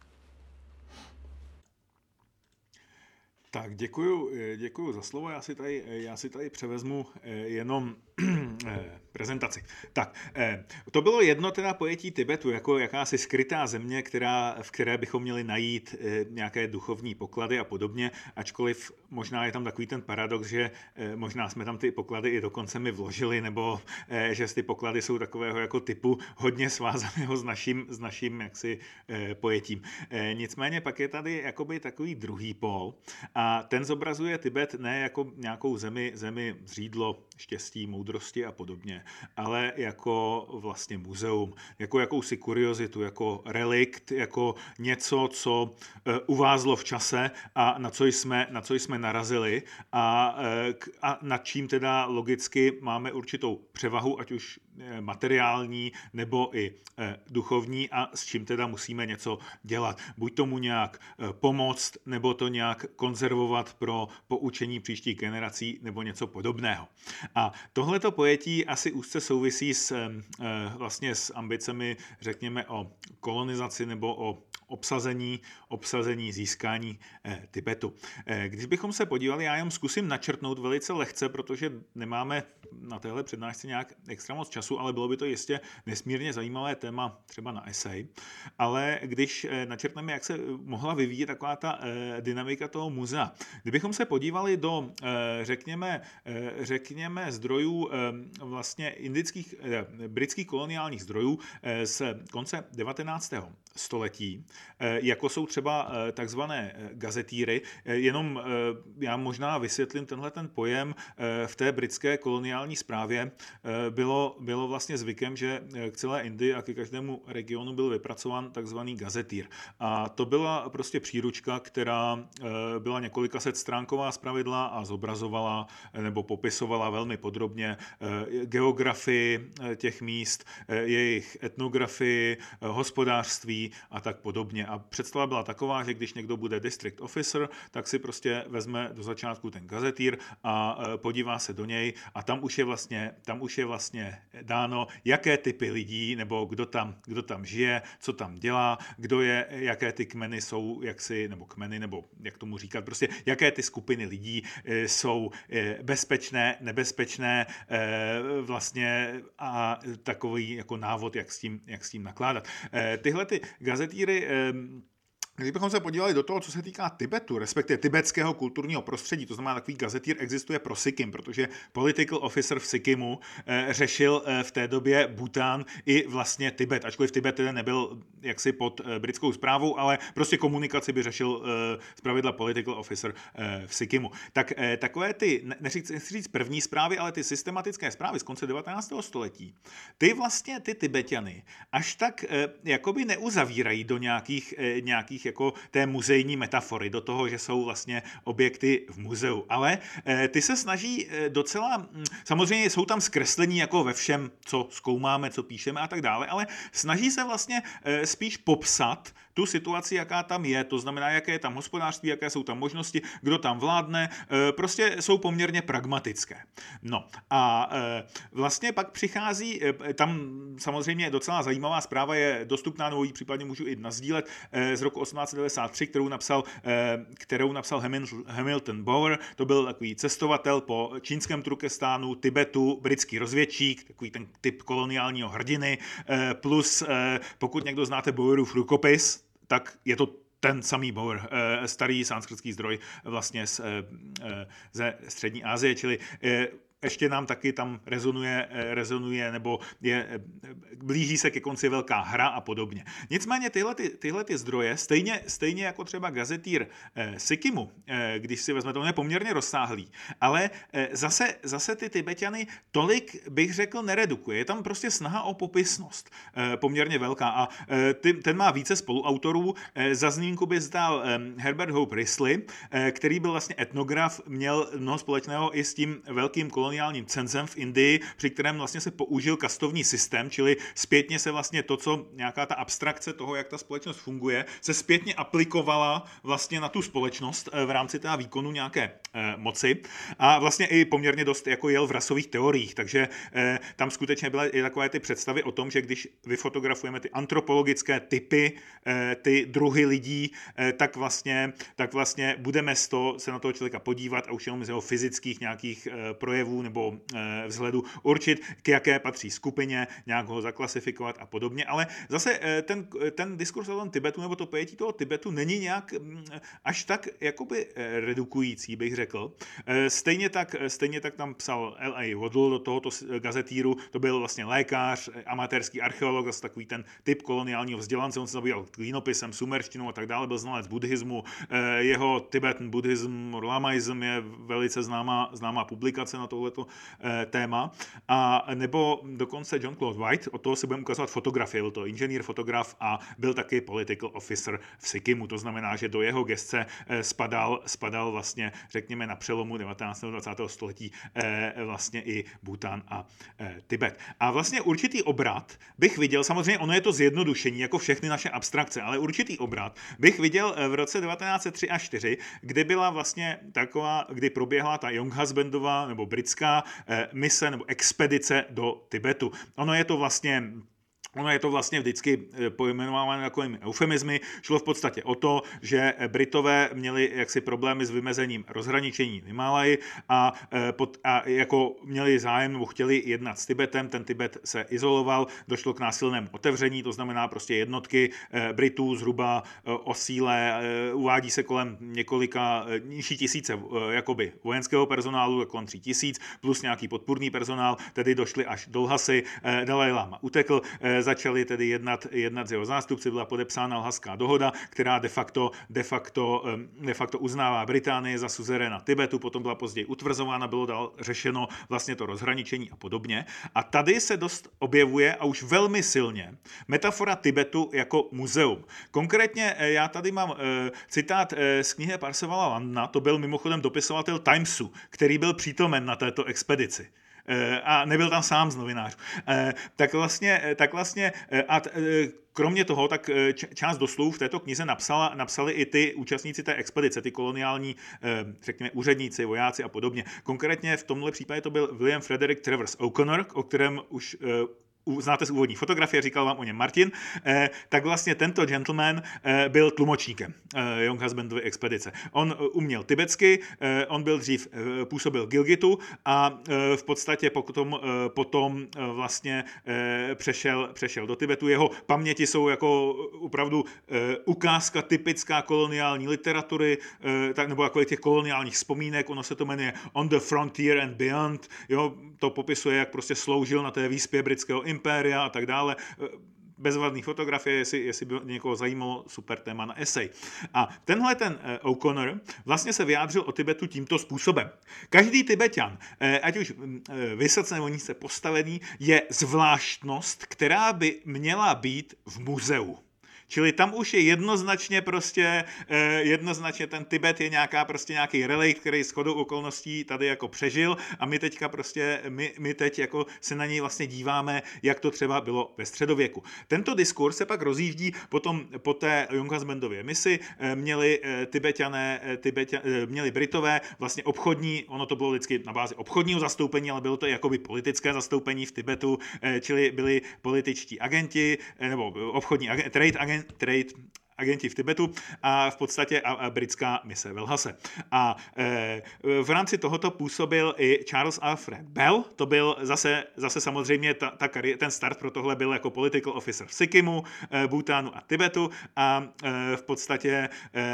Tak děkuju za slovo. Já si tady převezmu jenom prezentaci. Tak, to bylo jedno teda pojetí Tibetu jako jakási skrytá země, v které bychom měli najít nějaké duchovní poklady a podobně, ačkoliv možná je tam takový ten paradox, že možná jsme tam ty poklady i dokonce mi vložili, nebo že ty poklady jsou takového jako typu hodně svázaného s naším jaksi pojetím. Nicméně pak je tady jakoby takový druhý pól a ten zobrazuje Tibet ne jako nějakou zemi zřídlo štěstí, moudrosti a podobně, ale jako vlastně muzeum, jako jakousi kuriozitu, jako relikt, jako něco, co uvázlo v čase a na co jsme narazili a nad čím teda logicky máme určitou převahu, ať už materiální nebo i duchovní a s čím teda musíme něco dělat. Buď tomu nějak pomoct, nebo to nějak konzervovat pro poučení příštích generací nebo něco podobného. A tohleto pojetí asi úzce souvisí vlastně s ambicemi, řekněme, o kolonizaci nebo o obsazení, získání Tibetu. Když bychom se podívali, já jenom zkusím načrtnout velice lehce, protože nemáme na téhle přednášce nějak extra moc času, ale bylo by to jistě nesmírně zajímavé téma třeba na esej. Ale když načrtneme, jak se mohla vyvíjet taková ta dynamika toho muzea. Kdybychom se podívali do, řekněme zdrojů vlastně britských koloniálních zdrojů z konce 19. století, jako jsou třeba takzvané gazetýry. Jenom já možná vysvětlím tenhle ten pojem. V té britské koloniální správě bylo vlastně zvykem, že k celé Indii a ke každému regionu byl vypracován takzvaný gazetýr. A to byla prostě příručka, která byla několika set stránková zpravidla a zobrazovala nebo popisovala velmi podrobně geografii těch míst, jejich etnografii, hospodářství a tak podobně. A představa byla taková, že když někdo bude district officer, tak si prostě vezme do začátku ten gazetýr a podívá se do něj a tam už je vlastně dáno, jaké typy lidí nebo kdo tam žije, co tam dělá, jaké ty kmeny jsou, nebo jak tomu říkat, prostě jaké ty skupiny lidí jsou bezpečné, nebezpečné vlastně a takový jako návod, jak s tím nakládat. Tyhle ty gazetýry, když bychom se podívali do toho, co se týká Tibetu, respektive tibetského kulturního prostředí, to znamená takový gazetýr existuje pro Sikkim, protože political officer v Sikkimu řešil v té době Bhútán i vlastně Tibet, ačkoliv Tibet teda nebyl jaksi pod britskou správou, ale prostě komunikaci by řešil zpravidla political officer v Sikkimu. Tak takové ty, nechci říct první zprávy, ale ty systematické zprávy z konce 19. století, ty Tibetany až tak jakoby neuzavírají do nějakých jako té muzejní metafory, do toho, že jsou vlastně objekty v muzeu. Ale ty se snaží docela, samozřejmě jsou tam zkreslení jako ve všem, co zkoumáme, co píšeme a tak dále, ale snaží se vlastně spíš popsat tu situaci, jaká tam je, to znamená, jaké je tam hospodářství, jaké jsou tam možnosti, kdo tam vládne, prostě jsou poměrně pragmatické. No a vlastně pak přichází, tam samozřejmě docela zajímavá zpráva je dostupná, nebo ji případně můžu i nasdílet, z roku 1893, kterou napsal Hamilton Bower, to byl takový cestovatel po čínském Turkestánu, Tibetu, britský rozvědčík, takový ten typ koloniálního hrdiny, plus pokud někdo znáte Bowerův rukopis, tak je to ten samý Bower, starý sanskritský zdroj vlastně ze střední Asie, čili ještě nám taky tam rezonuje nebo blíží se ke konci velká hra a podobně. Nicméně tyhle zdroje, stejně jako třeba gazetýr Sikkimu, když si vezme, to je poměrně rozsáhlý, ale zase ty Tibetany tolik, bych řekl, neredukuje. Je tam prostě snaha o popisnost poměrně velká a ten má více spoluautorů. Za zmínku by zdal Herbert Hope Risley, který byl vlastně etnograf, měl mnoho společného i s tím velkým koloniálním cenzem v Indii, při kterém vlastně se použil kastovní systém, čili zpětně se vlastně to, co nějaká ta abstrakce toho, jak ta společnost funguje, se zpětně aplikovala vlastně na tu společnost v rámci teda výkonu nějaké moci a vlastně i poměrně dost jako jel v rasových teoriích, takže tam skutečně byly i takové ty představy o tom, že když vyfotografujeme ty antropologické typy, ty druhy lidí, tak vlastně budeme se na toho člověka podívat a už jenom z jeho fyzických nějakých projevů nebo vzhledu určit, k jaké patří skupině, nějak ho zaklasifikovat a podobně, ale zase ten diskurs o tom Tibetu nebo to pojetí toho Tibetu není nějak až tak jakoby redukující, bych řekl. Stejně tak tam psal L.A. Waddell do tohoto gazetýru, to byl vlastně lékař, amatérský archeolog, zase takový ten typ koloniálního vzdělance, on se zabýval klínopisem, sumerštinou a tak dále, byl znalec buddhismu, jeho Tibetan Buddhism, Lamaism je velice známá publikace na tohleto téma, a nebo dokonce John Claude White, od toho se budeme ukazovat fotografie, byl to inženýr, fotograf a byl taky political officer v Sikkimu, to znamená, že do jeho gesce spadal vlastně, řekněme, na přelomu 19. a 20. století vlastně i Bhútán a Tibet. A vlastně určitý obrat bych viděl, samozřejmě ono je to zjednodušení, jako všechny naše abstrakce, ale určitý obrat bych viděl v roce 1903 až 4, kdy byla vlastně taková, kdy proběhla ta Younghusbandová nebo britská mise nebo expedice do Tibetu. Ono je to vlastně vždycky pojmenováno jako eufemizmy. Šlo v podstatě o to, že Britové měli jaksi problémy s vymezením rozhraničení Himalaji a jako měli zájem nebo chtěli jednat s Tibetem. Ten Tibet se izoloval, došlo k násilnému otevření, to znamená prostě jednotky Britů zhruba o síle, uvádí se kolem několika nižší tisíce jakoby vojenského personálu, kolem 3000, plus nějaký podpůrný personál, tedy došli až do Lhasy, Dalaj Lama utekl, začali tedy jednat s jeho zástupci, byla podepsána Lhaská dohoda, která de facto uznává Británii za suzeréna Tibetu, potom byla později utvrzována, bylo dál řešeno vlastně to rozhraničení a podobně. A tady se dost objevuje a už velmi silně metafora Tibetu jako muzeum. Konkrétně já tady mám citát z knihy Parsevala Landna, to byl mimochodem dopisovatel Timesu, který byl přítomen na této expedici. A nebyl tam sám z novinářů. Kromě toho, tak část doslovů v této knize napsali i ty účastníci té expedice, ty koloniální, řekněme, úředníci, vojáci a podobně. Konkrétně v tomhle případě to byl William Frederick Travers O'Connor, o kterém už znáte z úvodní fotografie, říkal vám o něm Martin, tak vlastně tento gentleman byl tlumočníkem Younghusbandovy expedice. On uměl tibetsky, on byl dřív, působil v Gilgitu a v podstatě potom vlastně přešel do Tibetu. Jeho paměti jsou jako opravdu ukázka typická koloniální literatury, nebo jako těch koloniálních vzpomínek, ono se to jmenuje On the Frontier and Beyond, jo, to popisuje, jak prostě sloužil na té výspě britského impéria a tak dále. Bezvadný fotografie, jestli by někoho zajímalo, super téma na esej. A tenhle ten O'Connor vlastně se vyjádřil o Tibetu tímto způsobem. Každý Tibeťan, ať už vysoce nebo nízce postavený, je zvláštnost, která by měla být v muzeu. Čili tam už je jednoznačně ten Tibet je nějaký relikt, který shodou okolností tady jako přežil a my teďka my teď jako se na něj vlastně díváme, jak to třeba bylo ve středověku. Tento diskurs se pak rozjíždí potom po té Junghusbandově misi, měli Britové vlastně obchodní, ono to bylo vždycky na bázi obchodního zastoupení, ale bylo to jakoby politické zastoupení v Tibetu, čili byli političtí agenti, nebo obchodní trade agenti v Tibetu a v podstatě a britská mise v Lhase. A v rámci tohoto působil i Charles Alfred Bell, to byl zase samozřejmě ten start pro tohle byl jako political officer v Sikkimu, Bhutánu a Tibetu a v podstatě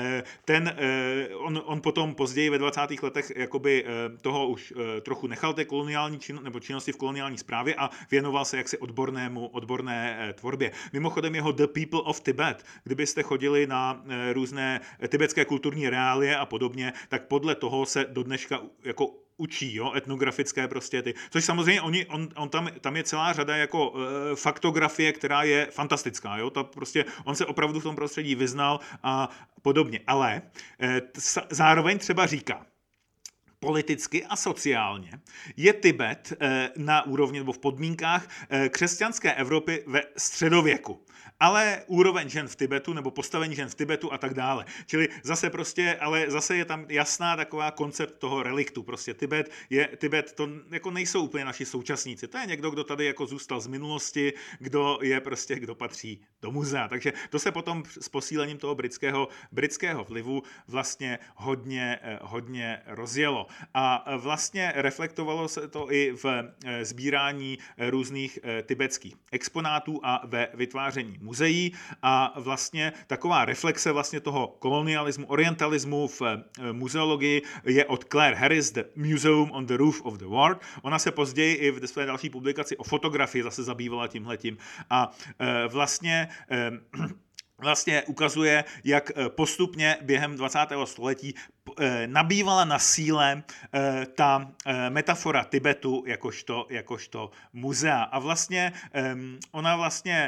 on potom později ve 20. letech jakoby toho už trochu nechal té koloniální činnosti v koloniální správě a věnoval se jaksi odborné tvorbě. Mimochodem jeho The People of Tibet, kdybyste chodili na různé tibetské kulturní reálie a podobně, tak podle toho se do dneška jako učí, jo, etnografické prostě což samozřejmě tam je celá řada jako faktografie, která je fantastická, jo, on se opravdu v tom prostředí vyznal a podobně, ale zároveň třeba říká, politicky a sociálně je Tibet na úrovni nebo v podmínkách křesťanské Evropy ve středověku. Ale úroveň žen v Tibetu nebo postavení žen v Tibetu a tak dále. Čili zase je tam jasná taková koncept toho reliktu. Prostě Tibet to jako nejsou úplně naši současníci. To je někdo, kdo tady jako zůstal z minulosti, kdo patří do muzea. Takže to se potom s posílením toho britského vlivu vlastně hodně rozjelo. A vlastně reflektovalo se to i v sbírání různých tibetských exponátů a ve vytváření muzeí a vlastně taková reflexe vlastně toho kolonialismu, orientalismu v muzeologii je od Claire Harris, The Museum on the Roof of the World. Ona se později i v své další publikaci o fotografii zase zabývala tímhletím a vlastně ukazuje, jak postupně během 20. století nabývala na síle ta metafora Tibetu jakožto muzea. A vlastně ona vlastně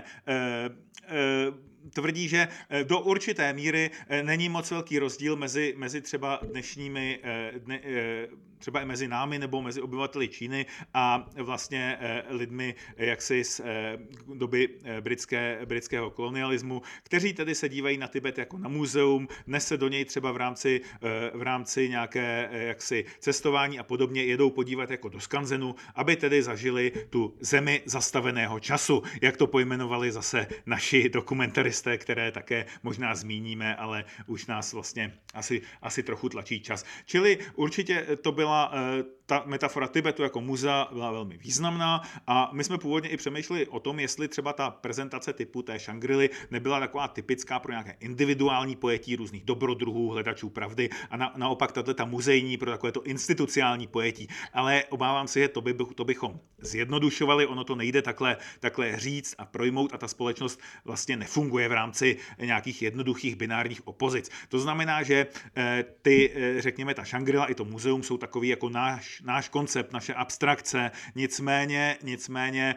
tvrdí, že do určité míry není moc velký rozdíl mezi třeba dnešními, třeba i mezi námi nebo mezi obyvateli Číny a vlastně lidmi jaksi z doby britského kolonialismu, kteří tedy se dívají na Tibet jako na muzeum, dnes se do něj třeba v rámci nějaké jaksi cestování a podobně jedou podívat jako do skanzenu, aby tedy zažili tu zemi zastaveného času, jak to pojmenovali zase naši dokumentaristé, které také možná zmíníme, ale už nás vlastně asi trochu tlačí čas. Čili určitě to byla ta metafora Tibetu jako muzea byla velmi významná a my jsme původně i přemýšleli o tom, jestli třeba ta prezentace typu té Šangri-Ly nebyla taková typická pro nějaké individuální pojetí různých dobrodruhů, hledačů pravdy a naopak ta muzejní pro takové to institucionální pojetí. Ale obávám se, že to bychom zjednodušovali, ono to nejde takhle říct a projmout a ta společnost vlastně nefunguje v rámci nějakých jednoduchých binárních opozic. To znamená, že řekněme, ta Šangri-La i to muzeum jsou takový jako náš koncept, naše abstrakce, nicméně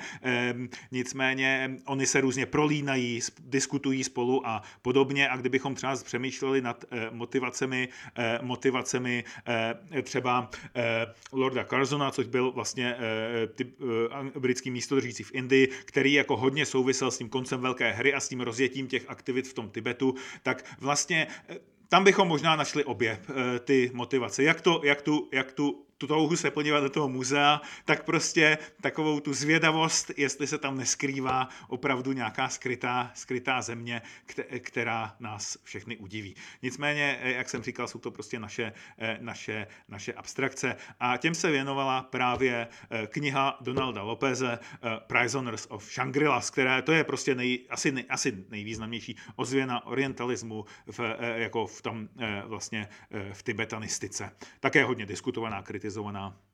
oni se různě prolínají, diskutují spolu a podobně a kdybychom třeba přemýšleli nad motivacemi třeba Lorda Curzona, což byl vlastně britský místodržící v Indii, který jako hodně souvisel s tím koncem velké hry a s tím rozjetím těch aktivit v tom Tibetu, tak vlastně tam bychom možná našli obě ty motivace. Jak tu touhu se podívat do toho muzea, tak prostě takovou tu zvědavost, jestli se tam neskrývá opravdu nějaká skrytá země, která nás všechny udiví. Nicméně, jak jsem říkal, jsou to prostě naše abstrakce a těm se věnovala právě kniha Donalda Lopeze Prisoners of Shangri-La, která to je prostě asi nejvýznamnější ozvěna orientalismu v tibetanistice. Také hodně diskutovaná, kritizovaná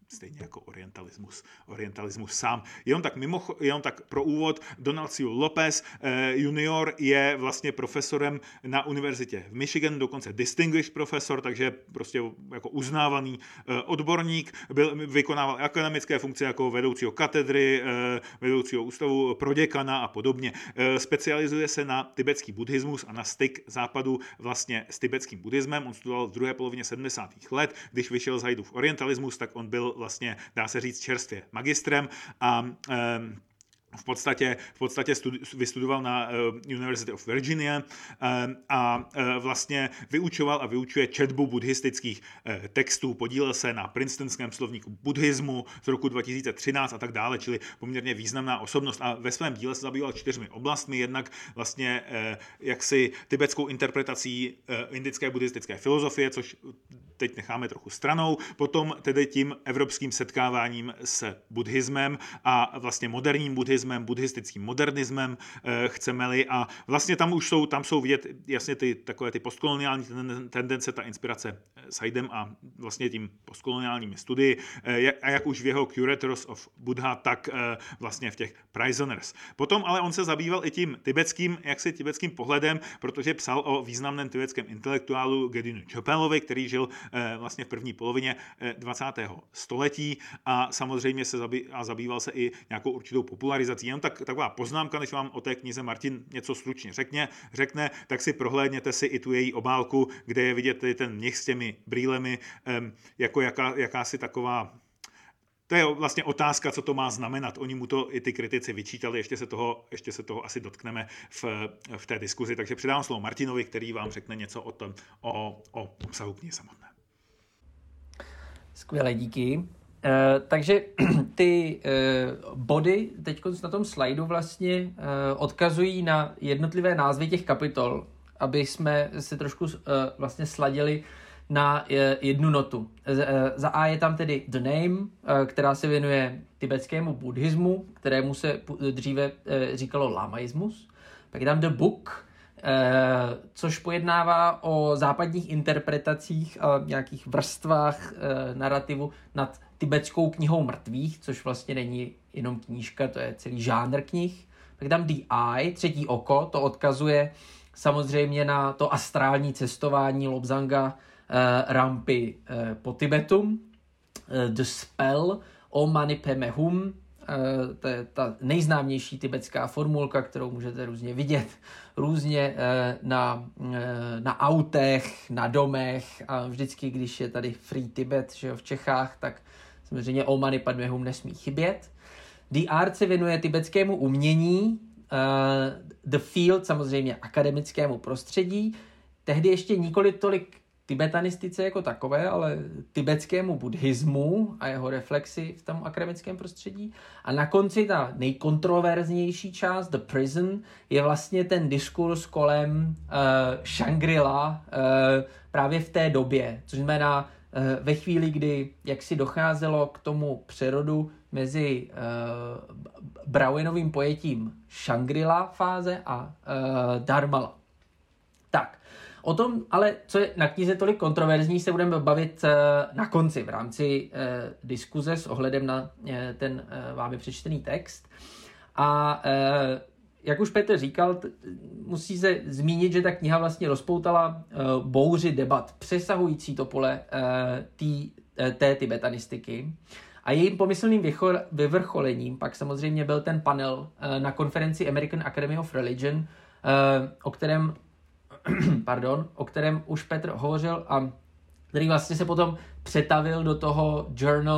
stejně jako orientalismus sám. Jenom tak pro úvod, Donalcio López junior je vlastně profesorem na univerzitě v Michigan, dokonce distinguished profesor, takže prostě jako uznávaný odborník, vykonával akademické funkce jako vedoucího katedry, vedoucího ústavu proděkana a podobně. Specializuje se na tibetský buddhismus a na styk západu vlastně s tibetským buddhismem. On studoval v druhé polovině 70. let, když vyšel Zajdův orientalismus, tak on byl vlastně, dá se říct, čerstvě magistrem a v podstatě vystudoval na University of Virginia a vlastně vyučoval a vyučuje četbu buddhistických textů, podílel se na Princetonském slovníku buddhismu z roku 2013 a tak dále, čili poměrně významná osobnost a ve svém díle se zabýval 4 oblastmi, jednak vlastně jaksi tibetskou interpretací indické buddhistické filozofie, což teď necháme trochu stranou, potom tedy tím evropským setkáváním s buddhismem a vlastně moderním buddhismem, buddhistickým modernismem, chceme-li, a vlastně tam jsou vidět jasně takové ty postkoloniální tendence, ta inspirace Sajdem a vlastně tím postkoloniálními studii, a jak už v jeho Curators of Buddha, tak vlastně v těch Prisoners. Potom ale on se zabýval i tím tibetským pohledem, protože psal o významném tibetském intelektuálu Gedinu Chopelovi, který žil vlastně v první polovině 20. století a samozřejmě zabýval se i nějakou určitou popularizací. Jenom taková poznámka, než vám o té knize Martin něco stručně řekne, tak si prohlédněte si i tu její obálku, kde je vidět ten mnich s těmi brýlemi, jako jakási taková. To je vlastně otázka, co to má znamenat. Oni mu to i ty kritici vyčítali, ještě se toho asi dotkneme v té diskuzi. Takže předávám slovo Martinovi, který vám řekne něco o obsahu knihy samotné. Skvěle, díky. Takže ty body teď na tom slajdu vlastně odkazují na jednotlivé názvy těch kapitol, aby jsme se trošku vlastně sladili na jednu notu. Za A je tam tedy The Name, která se věnuje tibetskému buddhismu, kterému se dříve říkalo lamaismus. Pak je tam The Book, což pojednává o západních interpretacích a nějakých vrstvách narrativu nad tibetskou knihou mrtvých, což vlastně není jenom knížka, to je celý žánr knih. Pak tam The Eye, třetí oko, to odkazuje samozřejmě na to astrální cestování Lobsanga Rampy po Tibetu. The Spell, O Mani Padme Hum, to je ta nejznámější tibetská formulka, kterou můžete různě vidět, různě na autech, na domech a vždycky, když je tady Free Tibet, že jo, v Čechách, tak samozřejmě O Mani Padme Hum nesmí chybět. The Art se věnuje tibetskému umění, The Field samozřejmě akademickému prostředí, tehdy ještě nikoli tolik tibetanistice jako takové, ale tibetskému buddhismu a jeho reflexi v tom akademickém prostředí. A na konci ta nejkontroverznější část, The Prison, je vlastně ten diskurs kolem Shangri-La právě v té době, což znamená ve chvíli, kdy jaksi docházelo k tomu přerodu mezi Browenovým pojetím Shangri-La fáze a Dharmala. Tak, o tom, ale co je na knize tolik kontroverzní, se budeme bavit na konci v rámci diskuze s ohledem na ten vámi přečtený text. A jak už Petr říkal, musí se zmínit, že ta kniha vlastně rozpoutala bouři debat přesahující to pole té tibetanistiky. A jejím pomyslným vyvrcholením pak samozřejmě byl ten panel na konferenci American Academy of Religion, o kterém už Petr hovořil a který vlastně se potom přetavil do toho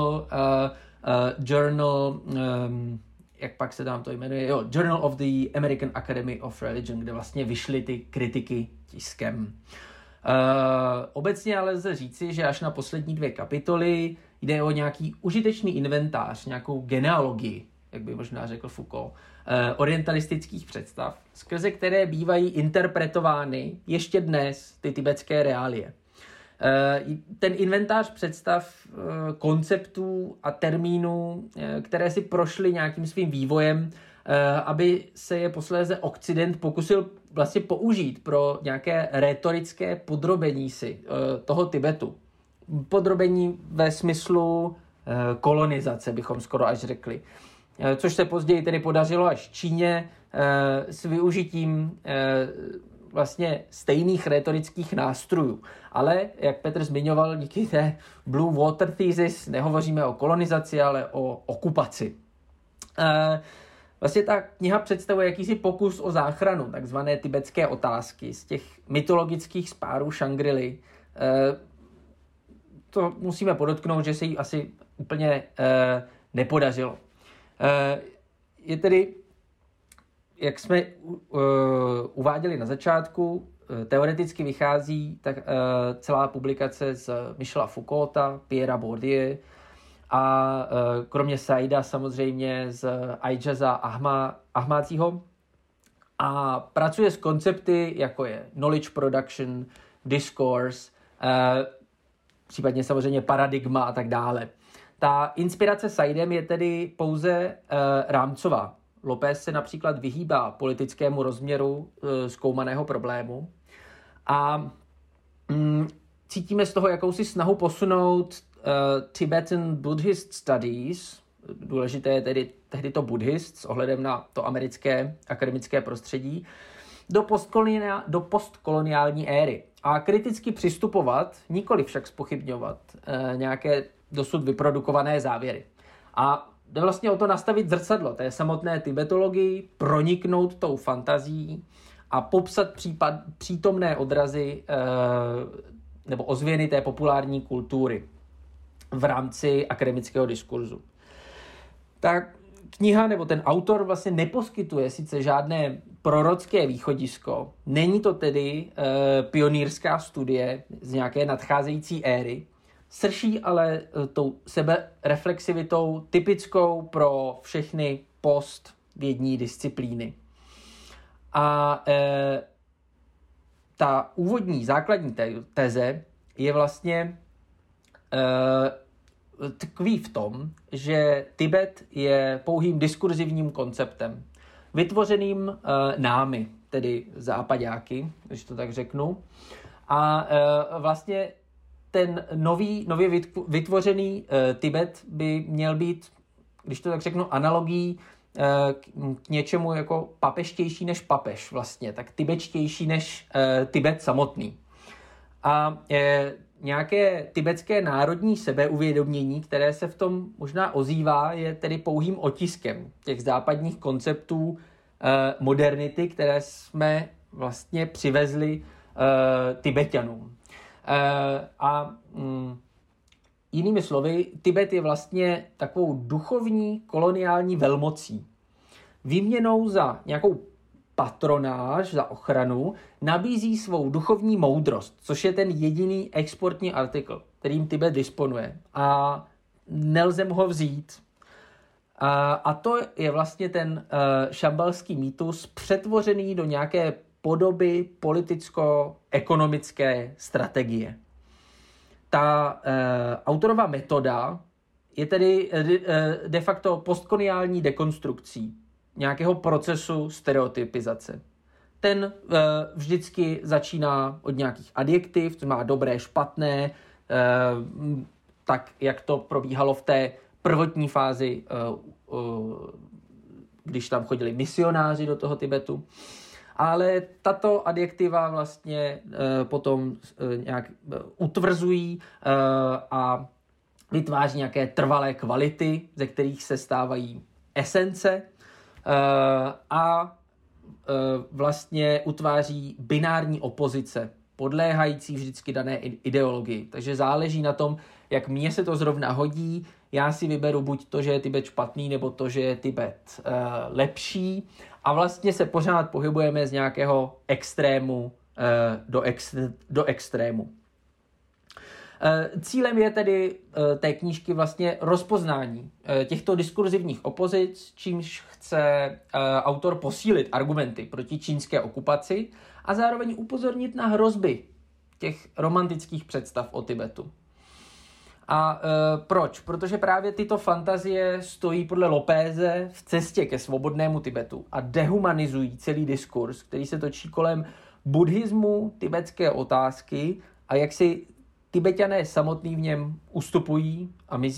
journal jak pak se tam to jmenuje, Journal of the American Academy of Religion, kde vlastně vyšly ty kritiky tiskem. Obecně ale lze říci, že až na poslední 2 kapitoly jde o nějaký užitečný inventář, nějakou genealogii, jak by možná řekl Foucault, orientalistických představ, skrze které bývají interpretovány ještě dnes ty tibetské reálie. Ten inventář představ, konceptů a termínů, které si prošly nějakým svým vývojem, aby se je posléze Okcident pokusil vlastně použít pro nějaké rétorické podrobení si toho Tibetu. Podrobení ve smyslu kolonizace, bychom skoro až řekli. Což se později tedy podařilo až Číně s využitím vlastně stejných rétorických nástrojů. Ale, jak Petr zmiňoval, díky té Blue Water Thesis nehovoříme o kolonizaci, ale o okupaci. Vlastně ta kniha představuje jakýsi pokus o záchranu takzvané tibetské otázky z těch mytologických spárů Šangri-Ly. To musíme podotknout, že se jí asi úplně nepodařilo. Je tedy, jak jsme uváděli na začátku, teoreticky vychází tak, celá publikace z Michela Foucaulta, Pierra Bourdieu a kromě Saida samozřejmě z Aijaza Ahmádzího a pracuje s koncepty, jako je knowledge production, discourse, případně samozřejmě paradigma a tak dále. Ta inspirace Saidem je tedy pouze rámcová. Lopez se například vyhýbá politickému rozměru zkoumaného problému a cítíme z toho jakousi snahu posunout Tibetan Buddhist Studies, důležité je tedy tehdy to Buddhist s ohledem na to americké akademické prostředí, do postkoloniální éry a kriticky přistupovat, nikoli však zpochybňovat nějaké dosud vyprodukované závěry. A jde vlastně o to nastavit zrcadlo té samotné tibetologii, proniknout tou fantazí a popsat přítomné odrazy nebo ozvěny té populární kultury v rámci akademického diskurzu. Ta kniha nebo ten autor vlastně neposkytuje sice žádné prorocké východisko, není to tedy pionýrská studie z nějaké nadcházející éry, srší ale tou sebereflexivitou typickou pro všechny postvědní disciplíny. A ta úvodní základní teze je vlastně tkví v tom, že Tibet je pouhým diskurzivním konceptem, vytvořeným námi, tedy zápaďáky, když to tak řeknu. A vlastně ten nově vytvořený Tibet by měl být, když to tak řeknu, analogií k něčemu jako papeštější než papež vlastně, tak tibetštější než Tibet samotný. A nějaké tibetské národní sebeuvědomění, které se v tom možná ozývá, je tedy pouhým otiskem těch západních konceptů modernity, které jsme vlastně přivezli Tibeťanům. Jinými slovy, Tibet je vlastně takovou duchovní koloniální velmocí. Výměnou za nějakou patronáž, za ochranu, nabízí svou duchovní moudrost, což je ten jediný exportní artikl, kterým Tibet disponuje. A nelze mu ho vzít. A to je vlastně ten šambalský mýtus přetvořený do nějaké podoby politicko-ekonomické strategie. Ta autorova metoda je tedy de facto postkoloniální dekonstrukcí nějakého procesu stereotypizace. Ten vždycky začíná od nějakých adjektiv, co má dobré, špatné, tak jak to probíhalo v té prvotní fázi, když tam chodili misionáři do toho Tibetu. Ale tato adjektiva vlastně potom nějak utvrzují a vytváří nějaké trvalé kvality, ze kterých se stávají esence a vlastně utváří binární opozice, podléhající vždycky dané ideologii. Takže záleží na tom, jak mně se to zrovna hodí. Já si vyberu buď to, že je Tibet špatný, nebo to, že je Tibet lepší. A vlastně se pořád pohybujeme z nějakého extrému do extrému. Cílem je tedy té knížky vlastně rozpoznání těchto diskurzivních opozic, čímž chce autor posílit argumenty proti čínské okupaci a zároveň upozornit na hrozby těch romantických představ o Tibetu. A proč? Protože právě tyto fantazie stojí podle Lopéze v cestě ke svobodnému Tibetu a dehumanizují celý diskurs, který se točí kolem buddhismu, tibetské otázky a jak si Tibeťané samotný v něm ustupují a mizí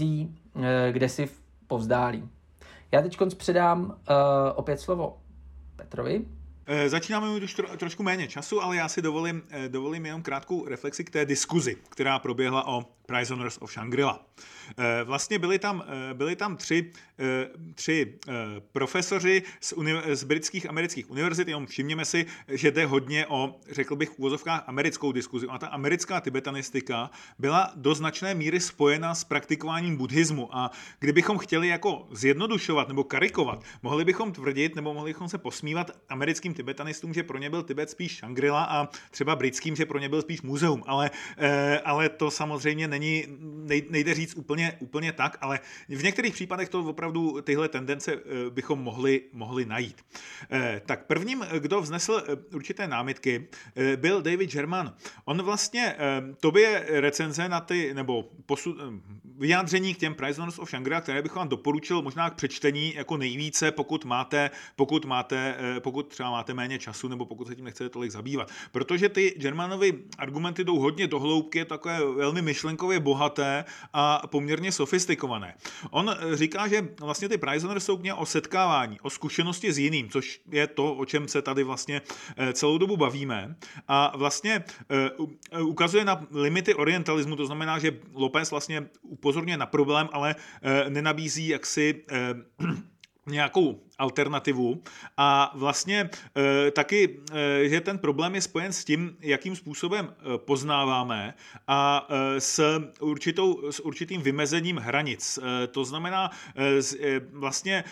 kdesi povzdálí. Já teď předám opět slovo Petrovi. Začínáme mít už trošku méně času, ale já si dovolím jenom krátkou reflexi k té diskuzi, která proběhla o Prisoners of Shangri-La. Vlastně byli tam tři profesoři z britských amerických univerzit, jenom všimněme si, že jde hodně o, řekl bych v uvozovkách, americkou diskuzi. A ta americká tibetanistika byla do značné míry spojena s praktikováním buddhismu a kdybychom chtěli jako zjednodušovat nebo karikovat, mohli bychom tvrdit nebo mohli bychom se posmívat americkým tibetanistům, že pro ně byl Tibet spíš Shangri-La a třeba britským, že pro ně byl spíš muzeum, ale to samozřejmě nejde říct úplně tak, ale v některých případech to opravdu tyhle tendence bychom mohli najít. Tak prvním, kdo vznesl určité námitky, byl David German. On vlastně tobě recenze na ty, nebo vyjádření k těm Prisoners of Shangri-La, které bych vám doporučil možná k přečtení jako nejvíce, pokud třeba máte méně času, nebo pokud se tím nechcete tolik zabývat. Protože ty Germanovy argumenty jdou hodně do hloubky, je takové velmi myšlenkově bohaté a poměrně sofistikované. On říká, že vlastně ty Prisoners jsou o setkávání, o zkušenosti s jiným, což je to, o čem se tady vlastně celou dobu bavíme. A vlastně ukazuje na limity orientalismu, to znamená, že López vlastně upozorňuje na problém, ale nenabízí jaksi nějakou alternativu a vlastně taky, že ten problém je spojen s tím, jakým způsobem poznáváme a s určitým vymezením hranic. To znamená vlastně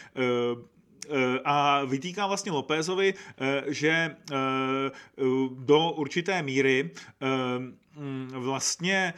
a vytýká vlastně Lópezovi, že do určité míry vlastně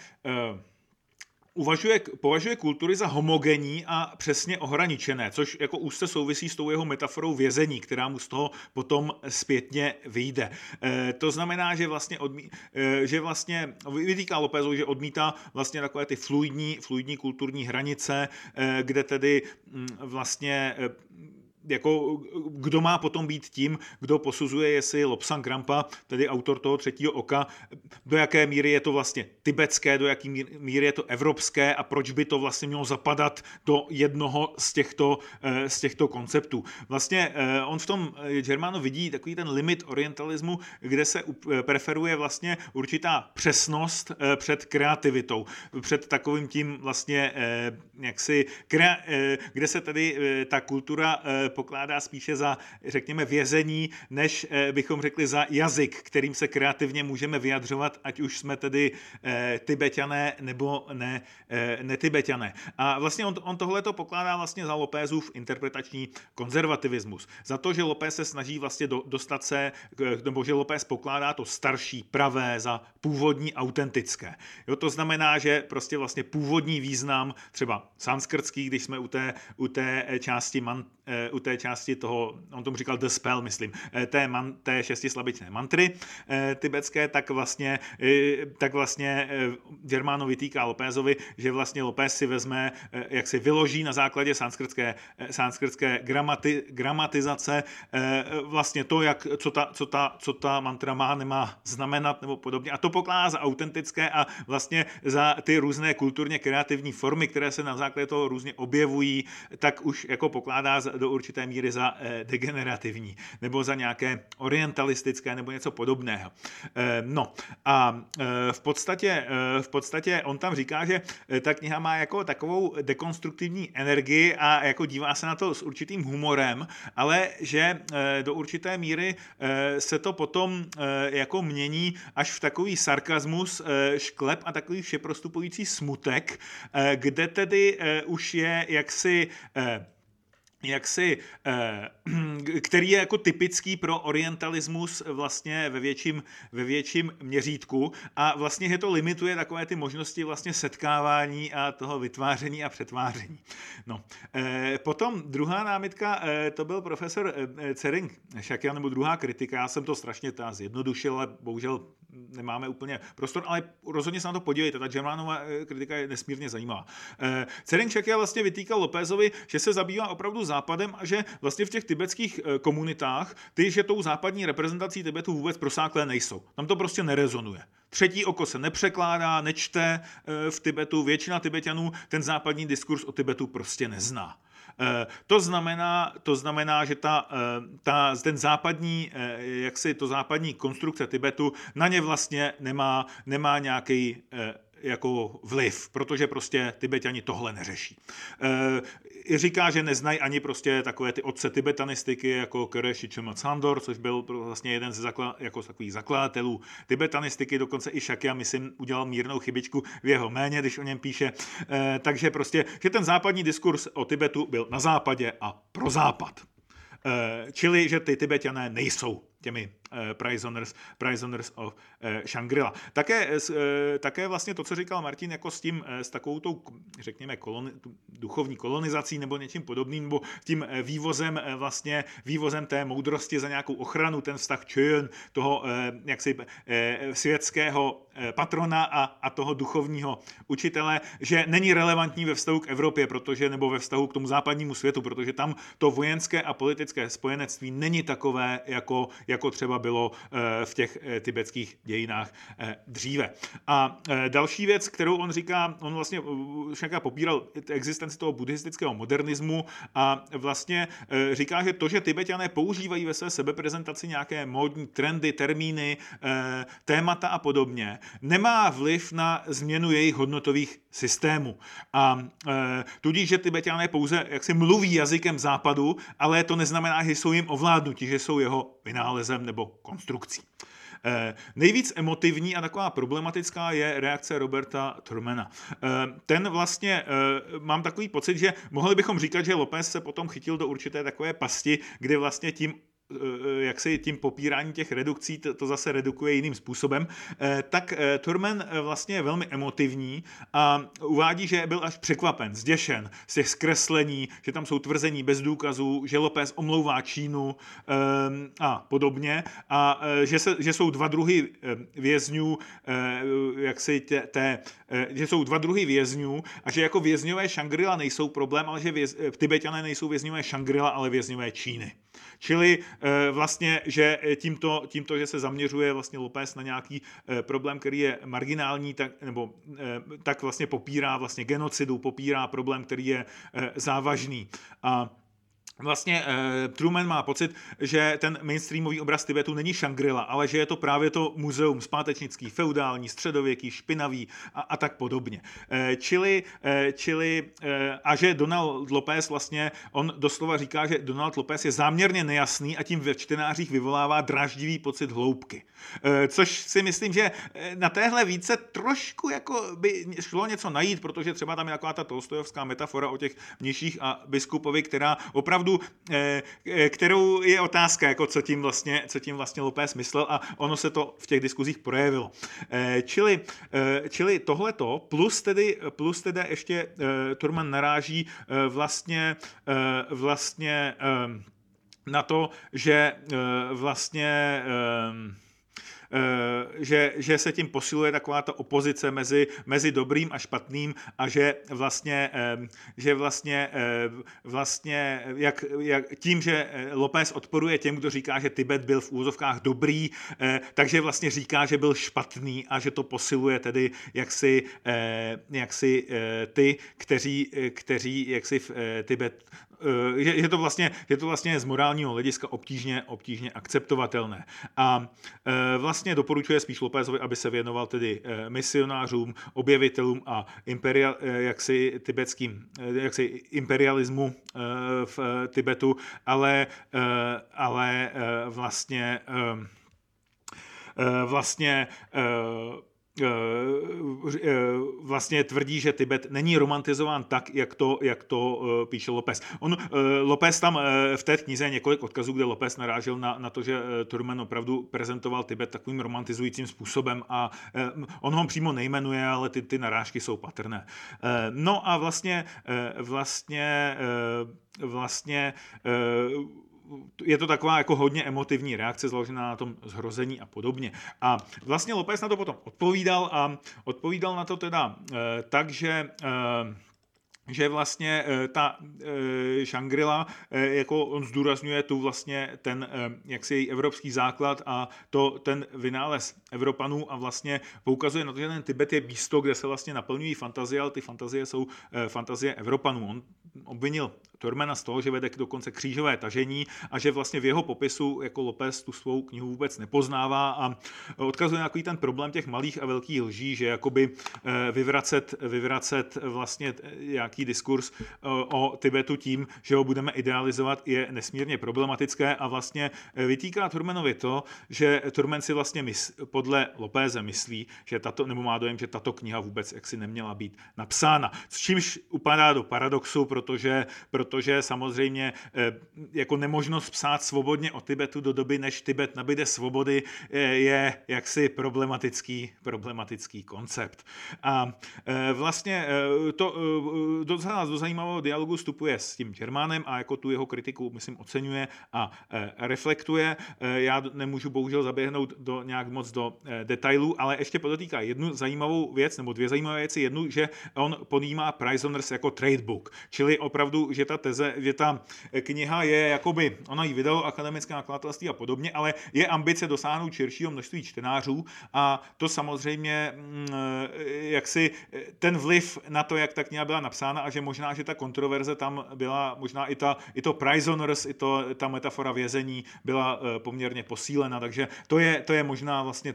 považuje kultury za homogenní a přesně ohraničené, což jako úzce souvisí s tou jeho metaforou vězení, která mu z toho potom zpětně vyjde. To znamená, že vlastně vytýká Lópezovi, že odmítá vlastně takové ty fluidní kulturní hranice, kde tedy vlastně jako kdo má potom být tím, kdo posuzuje, jestli Lobsang Rampa, tedy autor toho Třetího oka, do jaké míry je to vlastně tibetské, do jaké míry je to evropské a proč by to vlastně mělo zapadat do jednoho z těchto konceptů. Vlastně on v tom Germano vidí takový ten limit orientalismu, kde se preferuje vlastně určitá přesnost před kreativitou, před takovým tím vlastně kde se tedy ta kultura pokládá spíše za, řekněme, vězení, než bychom řekli za jazyk, kterým se kreativně můžeme vyjadřovat, ať už jsme tedy Tibetané nebo netibetané. A vlastně on tohleto pokládá vlastně za Lópezův interpretační konzervativismus. Za to, že López se snaží vlastně dostat se, nebo že López pokládá to starší, pravé za původní, autentické. Jo, to znamená, že prostě vlastně původní význam, třeba sanskrtský, když jsme u té části toho, on tomu říkal the spell, myslím, té šestislabičné mantry tibetské, tak vlastně Germano vytýká Lópezovi, že vlastně López si vezme, jak si vyloží na základě sanskrtské gramatizace vlastně to, co ta mantra má, nemá znamenat nebo podobně. A to pokládá za autentické a vlastně za ty různé kulturně kreativní formy, které se na základě toho různě objevují, tak už jako pokládá do určité míry za degenerativní nebo za nějaké orientalistické nebo něco podobného. No a v podstatě on tam říká, že ta kniha má jako takovou dekonstruktivní energii a jako dívá se na to s určitým humorem, ale že do určité míry se to potom jako mění až v takový sarkazmus, šklep a takový všeprostupující smutek, kde tedy už je který je jako typický pro orientalismus vlastně ve větším měřítku a vlastně je to limituje takové ty možnosti vlastně setkávání a toho vytváření a přetváření. No. Potom druhá námitka, to byl profesor Tsering Shakyan, nebo druhá kritika, já jsem to strašně zjednodušil, ale bohužel nemáme úplně prostor, ale rozhodně se na to podívejte, ta Germanova kritika je nesmírně zajímavá. Tsering Shakyan vlastně vytýkal Lópezovi, že se zabývá opravdu západem a že vlastně v těch tibetských komunitách že tou západní reprezentací Tibetu vůbec prosáklé nejsou. Tam to prostě nerezonuje. Třetí oko se nepřekládá, nečte v Tibetu, většina Tibeťanů ten západní diskurs o Tibetu prostě nezná. To znamená, že ten západní, to západní konstrukce Tibetu na ně vlastně nemá nějaký jako vliv, protože prostě Tibetani tohle neřeší. Říká, že neznají ani prostě takové ty otce tibetanistiky, jako Kereshi Chöma Tsandor, což byl vlastně jeden ze takových zakladatelů tibetanistiky, dokonce i Shakya, myslím, udělal mírnou chybičku v jeho jméně, když o něm píše. Takže prostě, že ten západní diskurs o Tibetu byl na západě a pro západ. Čili, že ty Tibetané nejsou těmi prisoners of Shangri-La. Také vlastně to, co říkal Martin, jako s takovou tou, řekněme, duchovní kolonizací nebo něčím podobným, nebo tím vývozem té moudrosti za nějakou ochranu, ten vztah Chön, toho světského patrona a toho duchovního učitele, že není relevantní ve vztahu k Evropě, nebo ve vztahu k tomu západnímu světu, protože tam to vojenské a politické spojenectví není takové, jako třeba bylo v těch tibetských dějinách dříve. A další věc, kterou on říká, on vlastně Shakya popíral existenci toho buddhistického modernismu a vlastně říká, že to, že Tibetané používají ve své sebeprezentaci nějaké módní trendy, termíny, témata a podobně, nemá vliv na změnu jejich hodnotových systémů. A tudíž, že Tibetané pouze jaksi mluví jazykem západu, ale to neznamená, že jsou jim ovládnutí, že jsou jeho vynálezem nebo konstrukcí. Nejvíc emotivní a taková problematická je reakce Roberta Thurmana. Ten vlastně, mám takový pocit, že mohli bychom říkat, že López se potom chytil do určité takové pasti, kde vlastně tím popírání těch redukcí to zase redukuje jiným způsobem, tak Thurman vlastně je velmi emotivní a uvádí, že byl až překvapen, zděšen z těch zkreslení, že tam jsou tvrzení bez důkazů, že López omlouvá Čínu a podobně a že jsou dva druhy vězňů, že jsou dva druhy vězňů a že jako vězňové Shangri-La nejsou problém, ale že Tibetané nejsou vězňové Shangri-La, ale vězňové Číny. Čili vlastně, že tímto, že se zaměřuje vlastně López na nějaký problém, který je marginální, tak vlastně popírá vlastně genocidu, popírá problém, který je závažný. A vlastně Truman má pocit, že ten mainstreamový obraz Tibetu není Shangri-La, ale že je to právě to muzeum zpátečnický, feudální, středověký, špinavý a tak podobně. A že Donald López vlastně, on doslova říká, že Donald López je záměrně nejasný a tím ve čtenářích vyvolává dráždivý pocit hloubky. Což si myslím, že na téhle výtce trošku jako by šlo něco najít, protože třeba tam je taková ta tolstojovská metafora o těch mniších a biskupovi, která opravdu kterou je otázka, jako co tím vlastně López myslel a ono se to v těch diskuzích projevilo. Čili tohleto, plus teda ještě Thurman naráží vlastně na to, že vlastně že se tím posiluje taková ta opozice mezi dobrým a špatným a že tím, že López odporuje těm, kdo říká, že Tibet byl v úvozovkách dobrý, takže vlastně říká, že byl špatný a že to posiluje tedy jaksi ty, kteří jaksi v Tibet že to vlastně z morálního hlediska obtížně akceptovatelné. A vlastně doporučuje spíš Lópezovi, aby se věnoval tedy misionářům, objevitelům a tibetským imperialismu v Tibetu, ale vlastně tvrdí, že Tibet není romantizován tak, jak to píše López. López tam v té knize několik odkazů, kde López narážel na to, že Thurman opravdu prezentoval Tibet takovým romantizujícím způsobem a on ho přímo nejmenuje, ale ty narážky jsou patrné. No a vlastně je to taková jako hodně emotivní reakce založená na tom zhrození a podobně. A vlastně López na to potom odpovídal na to teda tak, že vlastně ta Shangri-La, jako on zdůrazňuje tu vlastně ten jaksi její evropský základ a ten vynález Evropanů a vlastně poukazuje na to, že ten Tibet je místo, kde se vlastně naplňují fantazie, ale ty fantazie jsou fantazie Evropanů. On obvinil Thurmana z toho, že vede dokonce křížové tažení a že vlastně v jeho popisu jako López tu svou knihu vůbec nepoznává a odkazuje na takový ten problém těch malých a velkých lží, že jakoby vyvracet vlastně nějaký diskurs o Tibetu tím, že ho budeme idealizovat, je nesmírně problematické a vlastně vytýká Thurmanovi to, že Thurman si vlastně podle Lópeze myslí, že nebo má dojem, že tato kniha vůbec jaksi neměla být napsána. S čímž upadá do paradoxu, protože samozřejmě jako nemožnost psát svobodně o Tibetu do doby, než Tibet nabyde svobody, je jaksi problematický koncept. A vlastně to do zajímavého dialogu vstupuje s tím Germánem a jako tu jeho kritiku, myslím, oceňuje a reflektuje. Já nemůžu bohužel zaběhnout nějak moc do detailů, ale ještě podotýká jednu zajímavou věc, nebo dvě zajímavé věci. Jednu, že on ponímá Prisoners jako trade book, čili opravdu, že ta kniha je jakoby, ona ji vydalo akademické nakladatelství a podobně, ale je ambice dosáhnout širšího množství čtenářů a to samozřejmě jaksi ten vliv na to, jak ta kniha byla napsána a že možná, že ta kontroverze tam byla, možná i to Prisoners, ta metafora vězení byla poměrně posílena, takže to je možná vlastně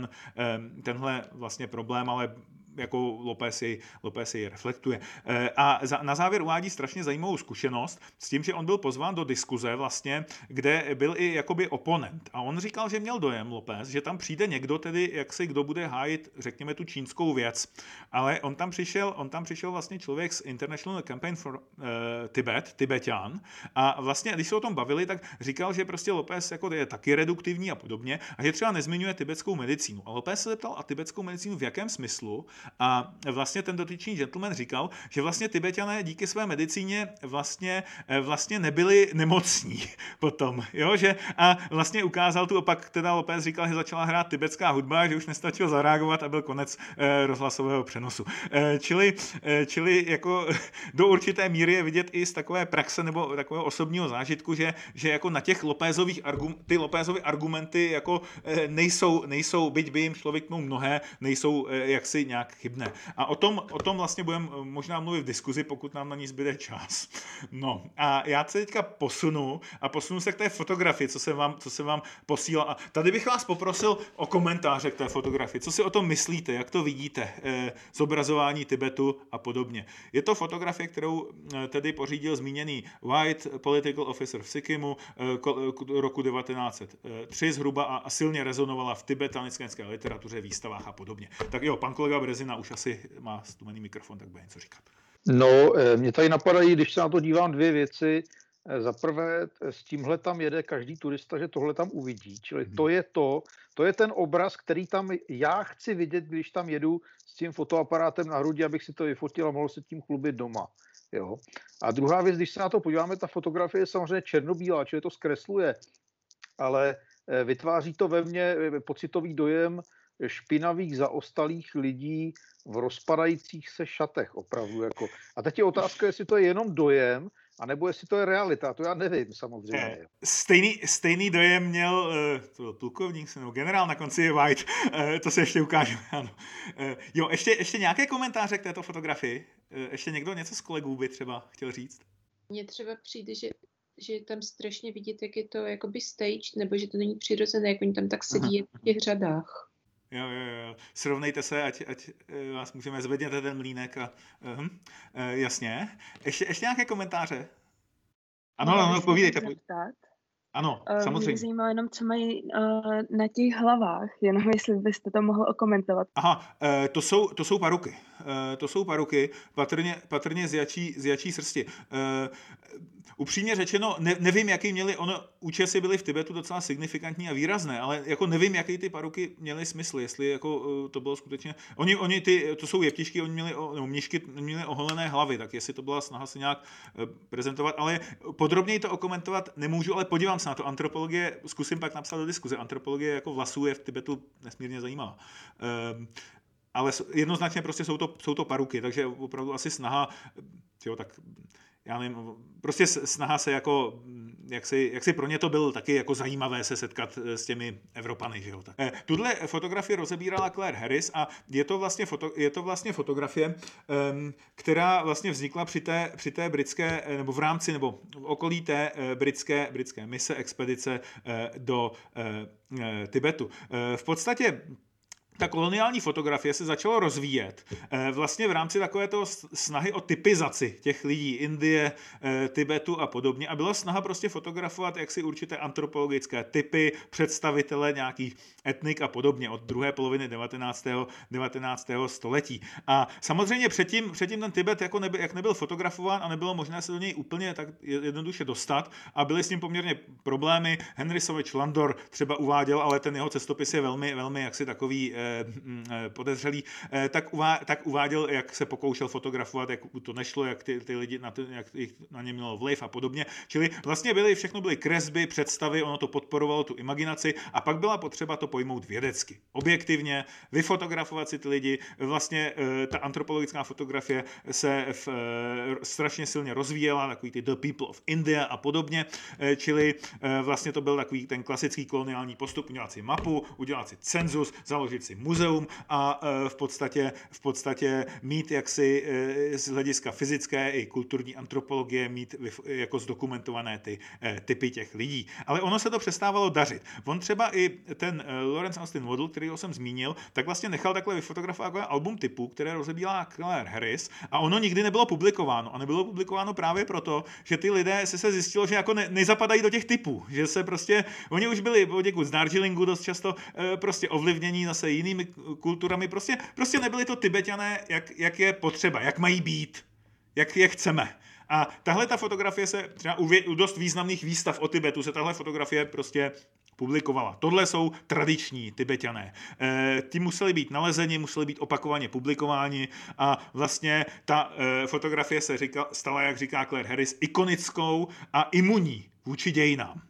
tenhle vlastně problém, ale jako López jej reflektuje. A na závěr uvádí strašně zajímavou zkušenost s tím, že on byl pozván do diskuze vlastně, kde byl i jakoby oponent. A on říkal, že měl dojem López, že tam přijde někdo tedy, kdo bude hájit, řekněme, tu čínskou věc. Ale on tam přišel vlastně člověk z International Campaign for Tibet, Tibetan, a vlastně, když se o tom bavili, tak říkal, že prostě López jako je taky reduktivní a podobně, a že třeba nezmiňuje tibetskou medicínu. A López se zeptal, a tibetskou medicínu v jakém smyslu? A vlastně ten dotyčný gentleman říkal, že vlastně Tibetané díky své medicíně vlastně nebyli nemocní potom, jo, že a vlastně ukázal tu opak, teda López říkal, že začala hrát tibetská hudba, že už nestačil zareagovat a byl konec rozhlasového přenosu. Čili jako do určité míry je vidět i z takové praxe nebo takového osobního zážitku, že jako na těch ty Lópezovy argumenty jako nejsou, byť by jim člověk mnohé, nejsou jaksi nějak chybné. A o tom vlastně budeme možná mluvit v diskuzi, pokud nám na ní zbyde čas. No a já se teďka posunu se k té fotografii, co jsem vám posílal. A tady bych vás poprosil o komentáře k té fotografii. Co si o tom myslíte, jak to vidíte, zobrazování Tibetu a podobně. Je to fotografie, kterou tedy pořídil zmíněný White, political officer v Sikkimu, roku 1903 zhruba a silně rezonovala v tibetanické literatuře, výstavách a podobně. Tak jo, pan kolega Brezina už asi má stumený mikrofon, tak bude něco říkat. No, mě tady napadají, když se na to dívám, dvě věci. Za prvé, s tímhle tam jede každý turista, že tohle tam uvidí. Čili to je ten obraz, který tam já chci vidět, když tam jedu s tím fotoaparátem na hrudi, abych si to vyfotil a mohl se tím chlubit doma. Jo. A druhá věc, když se na to podíváme, ta fotografie je samozřejmě černobílá, čili to zkresluje, ale vytváří to ve mně pocitový dojem špinavých, zaostalých lidí v rozpadajících se šatech opravdu. Jako. A teď je otázka, jestli to je jenom dojem, anebo jestli to je realita, to já nevím samozřejmě. Stejný dojem měl, to byl plukovník, nebo generál, na konci je White, to se ještě ukážeme, ano. Jo, ještě nějaké komentáře k této fotografii? Ještě někdo něco z kolegů by třeba chtěl říct? Mně třeba přijde, že je tam strašně vidět, jak je to jakoby staged, nebo že to není přirozené, jak oni tam tak sedí v těch řadách. Jo. Srovnejte se, ať vás můžeme zvedněte ten mlýnek a jasně. Ještě nějaké komentáře? Ano, povídejte. Ano, samozřejmě. Mě zajímalo jenom, co mají na těch hlavách, jenom jestli byste to mohl okomentovat. Aha, to jsou paruky. To jsou paruky, patrně z jačí srsti. Upřímně řečeno, nevím, jaký měli, účesy byly v Tibetu docela signifikantní a výrazné, ale jako nevím, jaký ty paruky měly smysl, jestli jako to bylo skutečně, to jsou jeptišky, mnišky měli oholené hlavy, tak jestli to byla snaha se nějak prezentovat, ale podrobněji to okomentovat nemůžu, ale podívám se na to. Antropologie, zkusím pak napsat do diskuze, antropologie jako vlasů je v Tibetu nesmírně zajímavá. ale jednoznačně prostě jsou to paruky, takže opravdu asi snaha, jo, tak já nevím, prostě snaha se jako, jak si pro ně to bylo taky jako zajímavé se setkat s těmi Evropany, že jo. Tuhle fotografii rozebírala Claire Harris a je to vlastně fotografie, která vlastně vznikla při té britské, nebo v rámci, nebo v okolí té britské mise expedice do Tibetu. V podstatě ta koloniální fotografie se začala rozvíjet vlastně v rámci takovéto snahy o typizaci těch lidí Indie, Tibetu a podobně a byla snaha prostě fotografovat jaksi určité antropologické typy, představitele nějakých etnik a podobně od druhé poloviny 19. století. A samozřejmě předtím ten Tibet jak nebyl fotografován a nebylo možné se do něj úplně tak jednoduše dostat a byly s ním poměrně problémy. Henry Savage Landor třeba uváděl, ale ten jeho cestopis je velmi, velmi jaksi takový podezřelý, tak uváděl, jak se pokoušel fotografovat, jak to nešlo, jak ty lidi jak na ně mělo vliv a podobně. Čili vlastně všechno byly kresby, představy, ono to podporovalo tu imaginaci a pak byla potřeba to pojmout vědecky. Objektivně, vyfotografovat si ty lidi. Vlastně ta antropologická fotografie se strašně silně rozvíjela, takový ty The People of India a podobně. Čili vlastně to byl takový ten klasický koloniální postup, udělat si mapu, udělat si cenzus, založit si muzeum a v podstatě mít jaksi z hlediska fyzické i kulturní antropologie mít jako zdokumentované ty typy těch lidí. Ale ono se to přestávalo dařit. On třeba i ten Lawrence Austin Waddell, kterýho jsem zmínil, tak vlastně nechal takhle vyfotografovat jako album typů, které rozebírala Claire Harris a ono nikdy nebylo publikováno. A nebylo publikováno právě proto, že ty lidé se zjistilo, že jako nezapadají do těch typů, že se prostě, oni už byli poděkud z Darjeelingu dost často prostě ovlivnění zase jinými kulturami, prostě nebyli to Tibetané, jak je potřeba, jak mají být, jak je chceme. A tahle ta fotografie se třeba u dost významných výstav o Tibetu se tahle fotografie prostě publikovala. Tohle jsou tradiční Tibetané. Ti museli být nalezeni, museli být opakovaně publikováni a vlastně ta fotografie se stala, jak říká Claire Harris, ikonickou a imunní vůči dějinám.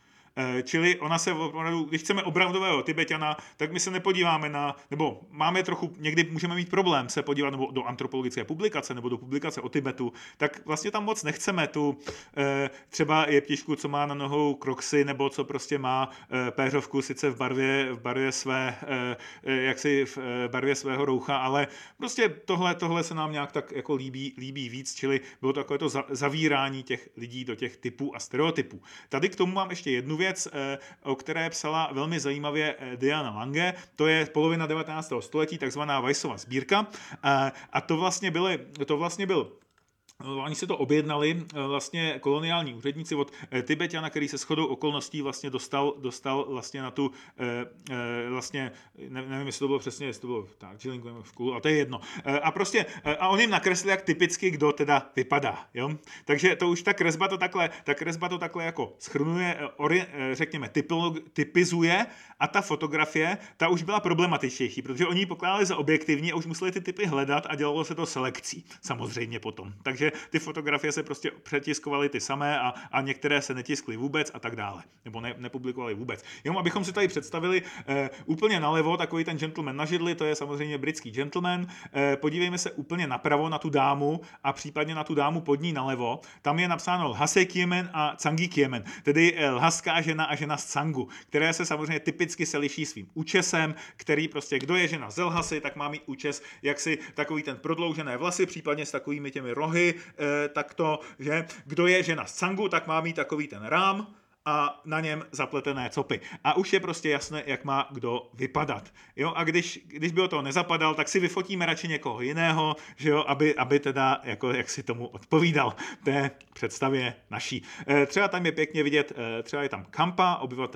Čili ona se opravdu, když chceme opravdového Tibetana, tak my se nepodíváme nebo máme trochu, někdy můžeme mít problém se podívat nebo do antropologické publikace nebo do publikace o Tibetu, tak vlastně tam moc nechceme tu třeba jeptišku, co má na nohou kroksy, nebo co prostě má péřovku sice v barvě své, jaksi v barvě svého roucha, ale prostě tohle se nám nějak tak jako líbí víc, čili bylo to takové to zavírání těch lidí do těch typů a stereotypů. Tady k tomu mám ještě jednu věc, o které psala velmi zajímavě Diana Lange, to je polovina 19. století, takzvaná Weissova sbírka a to vlastně byl oni si to objednali vlastně koloniální úředníci od Tibetana, který se shodou okolností vlastně dostal vlastně na tu vlastně, nevím, jestli to bylo přesně, jestli to bylo Darjeelingu v Kulu, a to je jedno. A on jim nakreslil, jak typicky kdo teda vypadá. Jo? Takže to už ta kresba to takhle jako shrnuje, řekněme, typizuje a ta fotografie, ta už byla problematičtější, protože oni ji pokládali za objektivní a už museli ty typy hledat a dělalo se to selekcí, samozřejmě potom. Takže ty fotografie se prostě přetiskovaly ty samé a některé se netiskly vůbec a tak dále. Nebo nepublikovaly vůbec. Jenom abychom si tady představili úplně nalevo takový ten gentleman na židli, to je samozřejmě britský gentleman. Podívejme se úplně napravo na tu dámu a případně na tu dámu pod ní nalevo. Tam je napsáno Lhasa Kiemen a Cangi Kiemen, tedy lhaská žena a žena z Cangu, které se samozřejmě typicky se liší svým účesem, který prostě, kdo je žena z Lhasy, tak má mít účes jaksi takový ten prodloužené vlasy, případně s takovými těmi rohy, takto, že kdo je žena z Cangu, tak má mít takový ten rám a na něm zapletené copy. A už je prostě jasné, jak má kdo vypadat. Jo? A když by o toho nezapadal, tak si vyfotíme radši někoho jiného, že jo? Aby teda, jako, jak si tomu odpovídal té představě naší. Třeba tam je pěkně vidět, třeba je tam Kampa,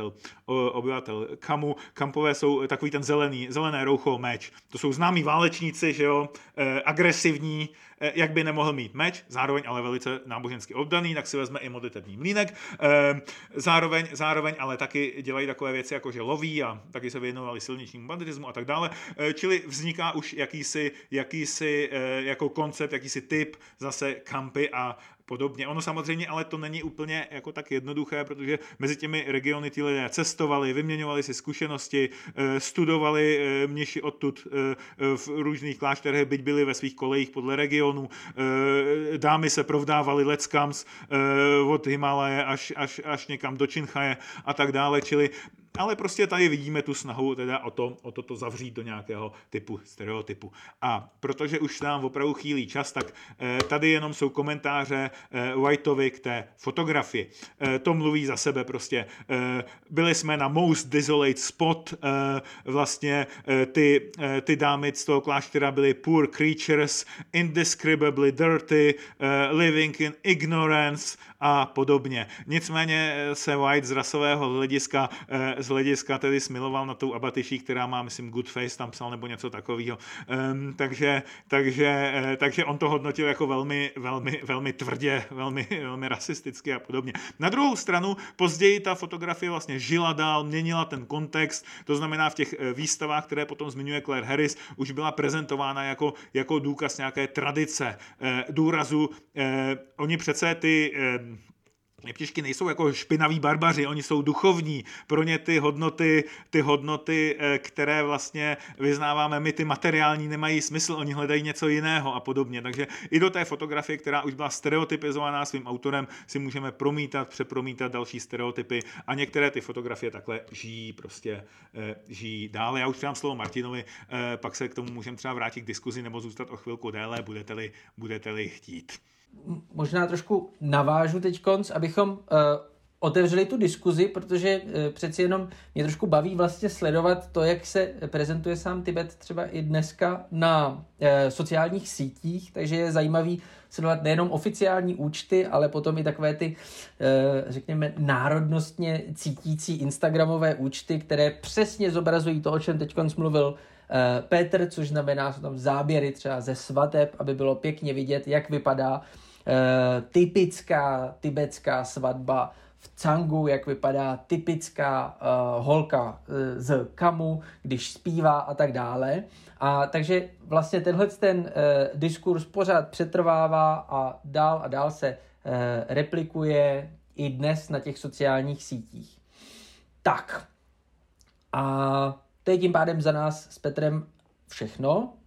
obyvatel Kamu. Kampové jsou takový ten zelené roucho, meč. To jsou známí válečníci, že jo? Agresivní, jak by nemohl mít meč, zároveň ale velice nábožensky oddaný, tak si vezme i modlitební mlýnek. Zároveň ale taky dělají takové věci, jako že loví a taky se věnovali silničnímu banditismu a tak dále. Čili vzniká už jakýsi jako koncept, jakýsi typ zase Kampy a podobně. Ono samozřejmě, ale to není úplně jako tak jednoduché, protože mezi těmi regiony ty lidé cestovali, vyměňovali si zkušenosti, studovali mniši odtud v různých klášterech, byť byli ve svých kolejích podle regionu, dámy se provdávaly leckams od Himalaje až někam do Činchaje a tak dále, čili ale prostě tady vidíme tu snahu teda o to zavřít do nějakého typu stereotypu. A protože už nám opravdu chýlí čas, tak tady jenom jsou komentáře Whiteovi k té fotografii. To mluví za sebe prostě. Byli jsme na most desolate spot, vlastně ty dámy z toho kláštera byly poor creatures, indescribably dirty, living in ignorance a podobně. Nicméně se White z rasového hlediska tedy smiloval na tou abatyší, která má, myslím, good face, tam psal nebo něco takového. Takže on to hodnotil jako velmi, velmi, velmi tvrdě, velmi, velmi rasisticky a podobně. Na druhou stranu později ta fotografie vlastně žila dál, měnila ten kontext, to znamená v těch výstavách, které potom zmiňuje Claire Harris, už byla prezentována jako důkaz nějaké tradice, důrazu. Oni přece ty jeptišky nejsou jako špinaví barbaři, oni jsou duchovní. Pro ně ty hodnoty, které vlastně vyznáváme my, ty materiální, nemají smysl, oni hledají něco jiného a podobně. Takže i do té fotografie, která už byla stereotypizovaná svým autorem, si můžeme přepromítat další stereotypy a některé ty fotografie takhle žijí dále. Já už předám slovo Martinovi, pak se k tomu můžeme třeba vrátit k diskuzi nebo zůstat o chvilku déle, budete-li chtít. Možná trošku navážu teďkonc, abychom otevřeli tu diskuzi, protože přeci jenom mě trošku baví vlastně sledovat to, jak se prezentuje sám Tibet třeba i dneska na sociálních sítích, takže je zajímavý sledovat nejenom oficiální účty, ale potom i takové ty, řekněme, národnostně cítící instagramové účty, které přesně zobrazují to, o čem teďkonc mluvil Petr, což znamená, jsou tam záběry třeba ze svateb, aby bylo pěkně vidět, jak vypadá typická tibetská svatba v Cangu, jak vypadá typická holka z Kamu, když zpívá a tak dále. A takže vlastně tenhle diskurs pořád přetrvává a dál se replikuje i dnes na těch sociálních sítích. Tak. A to je tím pádem za nás s Petrem všechno.